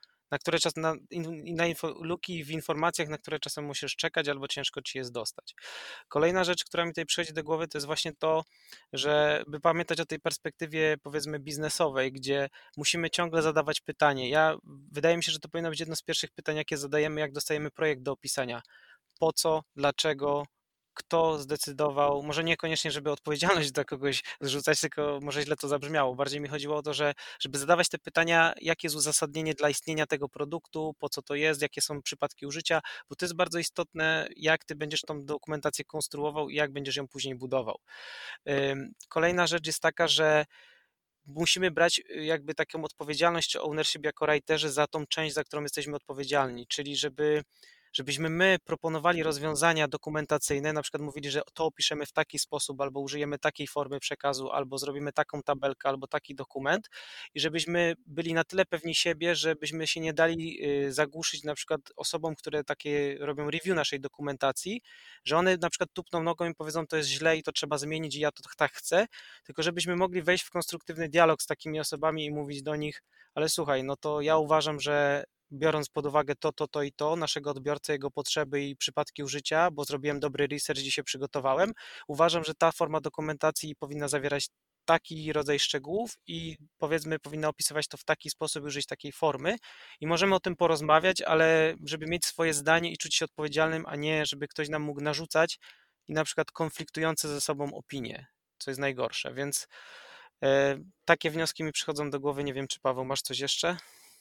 luki w informacjach, na które czasem musisz czekać albo ciężko ci jest dostać. Kolejna rzecz, która mi tutaj przychodzi do głowy, to jest właśnie to, żeby pamiętać o tej perspektywie powiedzmy biznesowej, gdzie musimy ciągle zadawać pytanie. Wydaje mi się, że to powinno być jedno z pierwszych pytań, jakie zadajemy, jak dostajemy projekt do opisania. Po co, dlaczego, kto zdecydował, może niekoniecznie, żeby odpowiedzialność do kogoś zrzucać, tylko może źle to zabrzmiało. Bardziej mi chodziło o to, żeby zadawać te pytania, jakie jest uzasadnienie dla istnienia tego produktu, po co to jest, jakie są przypadki użycia, bo to jest bardzo istotne, jak ty będziesz tą dokumentację konstruował i jak będziesz ją później budował. Kolejna rzecz jest taka, że musimy brać jakby taką odpowiedzialność czy ownership jako writerzy za tą część, za którą jesteśmy odpowiedzialni, czyli żebyśmy my proponowali rozwiązania dokumentacyjne, na przykład mówili, że to opiszemy w taki sposób, albo użyjemy takiej formy przekazu, albo zrobimy taką tabelkę, albo taki dokument i żebyśmy byli na tyle pewni siebie, żebyśmy się nie dali zagłuszyć na przykład osobom, które takie robią review naszej dokumentacji, że one na przykład tupną nogą i powiedzą, to jest źle i to trzeba zmienić i ja to tak chcę, tylko żebyśmy mogli wejść w konstruktywny dialog z takimi osobami i mówić do nich, ale słuchaj, no to ja uważam, że biorąc pod uwagę to i to, naszego odbiorcę, jego potrzeby i przypadki użycia, bo zrobiłem dobry research i się przygotowałem, uważam, że ta forma dokumentacji powinna zawierać taki rodzaj szczegółów i powiedzmy powinna opisywać to w taki sposób, użyć takiej formy i możemy o tym porozmawiać, ale żeby mieć swoje zdanie i czuć się odpowiedzialnym, a nie żeby ktoś nam mógł narzucać i na przykład konfliktujące ze sobą opinie, co jest najgorsze, więc takie wnioski mi przychodzą do głowy, nie wiem czy Paweł masz coś jeszcze?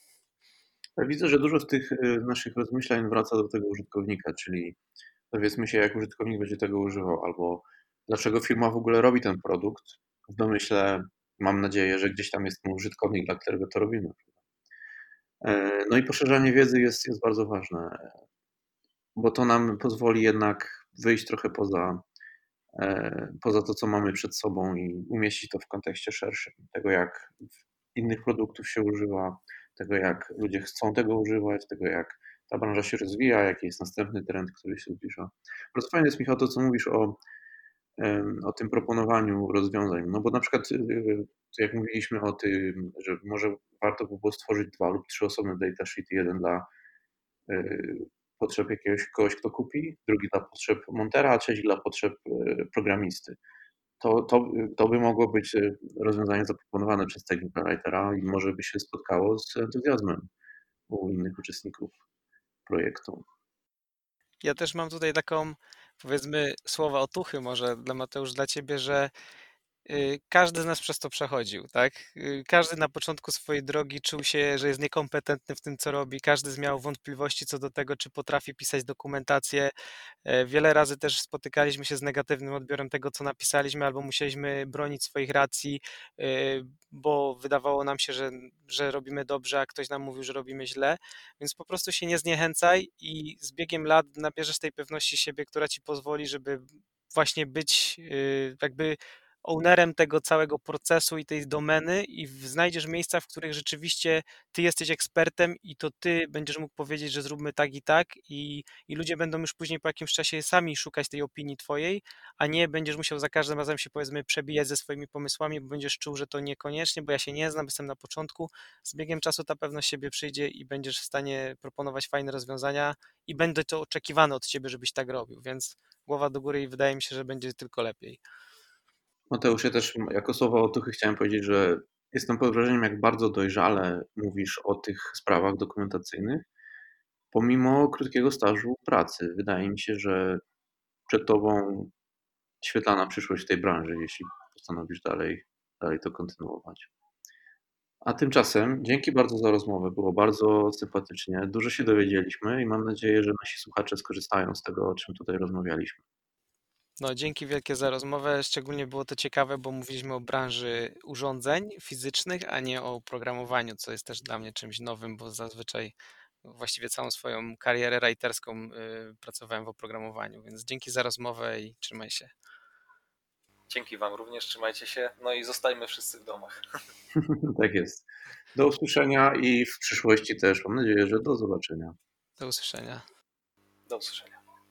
Widzę, że dużo z tych naszych rozmyślań wraca do tego użytkownika, czyli dowiedzmy się, jak użytkownik będzie tego używał, albo dlaczego firma w ogóle robi ten produkt. W domyśle mam nadzieję, że gdzieś tam jest ten użytkownik, dla którego to robimy. No i poszerzanie wiedzy jest bardzo ważne, bo to nam pozwoli jednak wyjść trochę poza to, co mamy przed sobą i umieścić to w kontekście szerszym. Tego, jak innych produktów się używa, tego, jak ludzie chcą tego używać, tego, jak ta branża się rozwija, jaki jest następny trend, który się zbliża. Bardzo fajne jest, Michał, to, co mówisz o tym proponowaniu rozwiązań. No bo na przykład, jak mówiliśmy o tym, że może warto by było stworzyć 2 lub 3 osobne datasheety, jeden dla potrzeb jakiegoś kogoś, kto kupi, drugi dla potrzeb montera, a trzeci dla potrzeb programisty. To by mogło być rozwiązanie zaproponowane przez technical writera i może by się spotkało z entuzjazmem u innych uczestników projektu. Ja też mam tutaj taką, powiedzmy, słowa otuchy może Mateusz dla ciebie, że każdy z nas przez to przechodził, tak? Każdy na początku swojej drogi czuł się, że jest niekompetentny w tym, co robi. Każdy miał wątpliwości co do tego, czy potrafi pisać dokumentację. Wiele razy też spotykaliśmy się z negatywnym odbiorem tego, co napisaliśmy, albo musieliśmy bronić swoich racji, bo wydawało nam się, że robimy dobrze, a ktoś nam mówił, że robimy źle. Więc po prostu się nie zniechęcaj i z biegiem lat nabierzesz tej pewności siebie, która ci pozwoli, żeby właśnie być jakby ownerem tego całego procesu i tej domeny i znajdziesz miejsca, w których rzeczywiście ty jesteś ekspertem i to ty będziesz mógł powiedzieć, że zróbmy tak i tak i ludzie będą już później po jakimś czasie sami szukać tej opinii twojej, a nie będziesz musiał za każdym razem się powiedzmy przebijać ze swoimi pomysłami, bo będziesz czuł, że to niekoniecznie, bo ja się nie znam, jestem na początku. Z biegiem czasu ta pewność siebie przyjdzie i będziesz w stanie proponować fajne rozwiązania i będzie to oczekiwane od ciebie, żebyś tak robił, więc głowa do góry i wydaje mi się, że będzie tylko lepiej. Mateusz, ja też jako słowo otuchy chciałem powiedzieć, że jestem pod wrażeniem, jak bardzo dojrzale mówisz o tych sprawach dokumentacyjnych, pomimo krótkiego stażu pracy. Wydaje mi się, że przed tobą świetlana przyszłość w tej branży, jeśli postanowisz dalej to kontynuować. A tymczasem dzięki bardzo za rozmowę. Było bardzo sympatycznie. Dużo się dowiedzieliśmy i mam nadzieję, że nasi słuchacze skorzystają z tego, o czym tutaj rozmawialiśmy. No, dzięki wielkie za rozmowę. Szczególnie było to ciekawe, bo mówiliśmy o branży urządzeń fizycznych, a nie o programowaniu, co jest też dla mnie czymś nowym, bo zazwyczaj właściwie całą swoją karierę writerską pracowałem w oprogramowaniu. Więc dzięki za rozmowę i trzymaj się. Dzięki wam również, trzymajcie się, no i zostajmy wszyscy w domach. Tak jest. Do usłyszenia i w przyszłości też. Mam nadzieję, że do zobaczenia. Do usłyszenia. Do usłyszenia.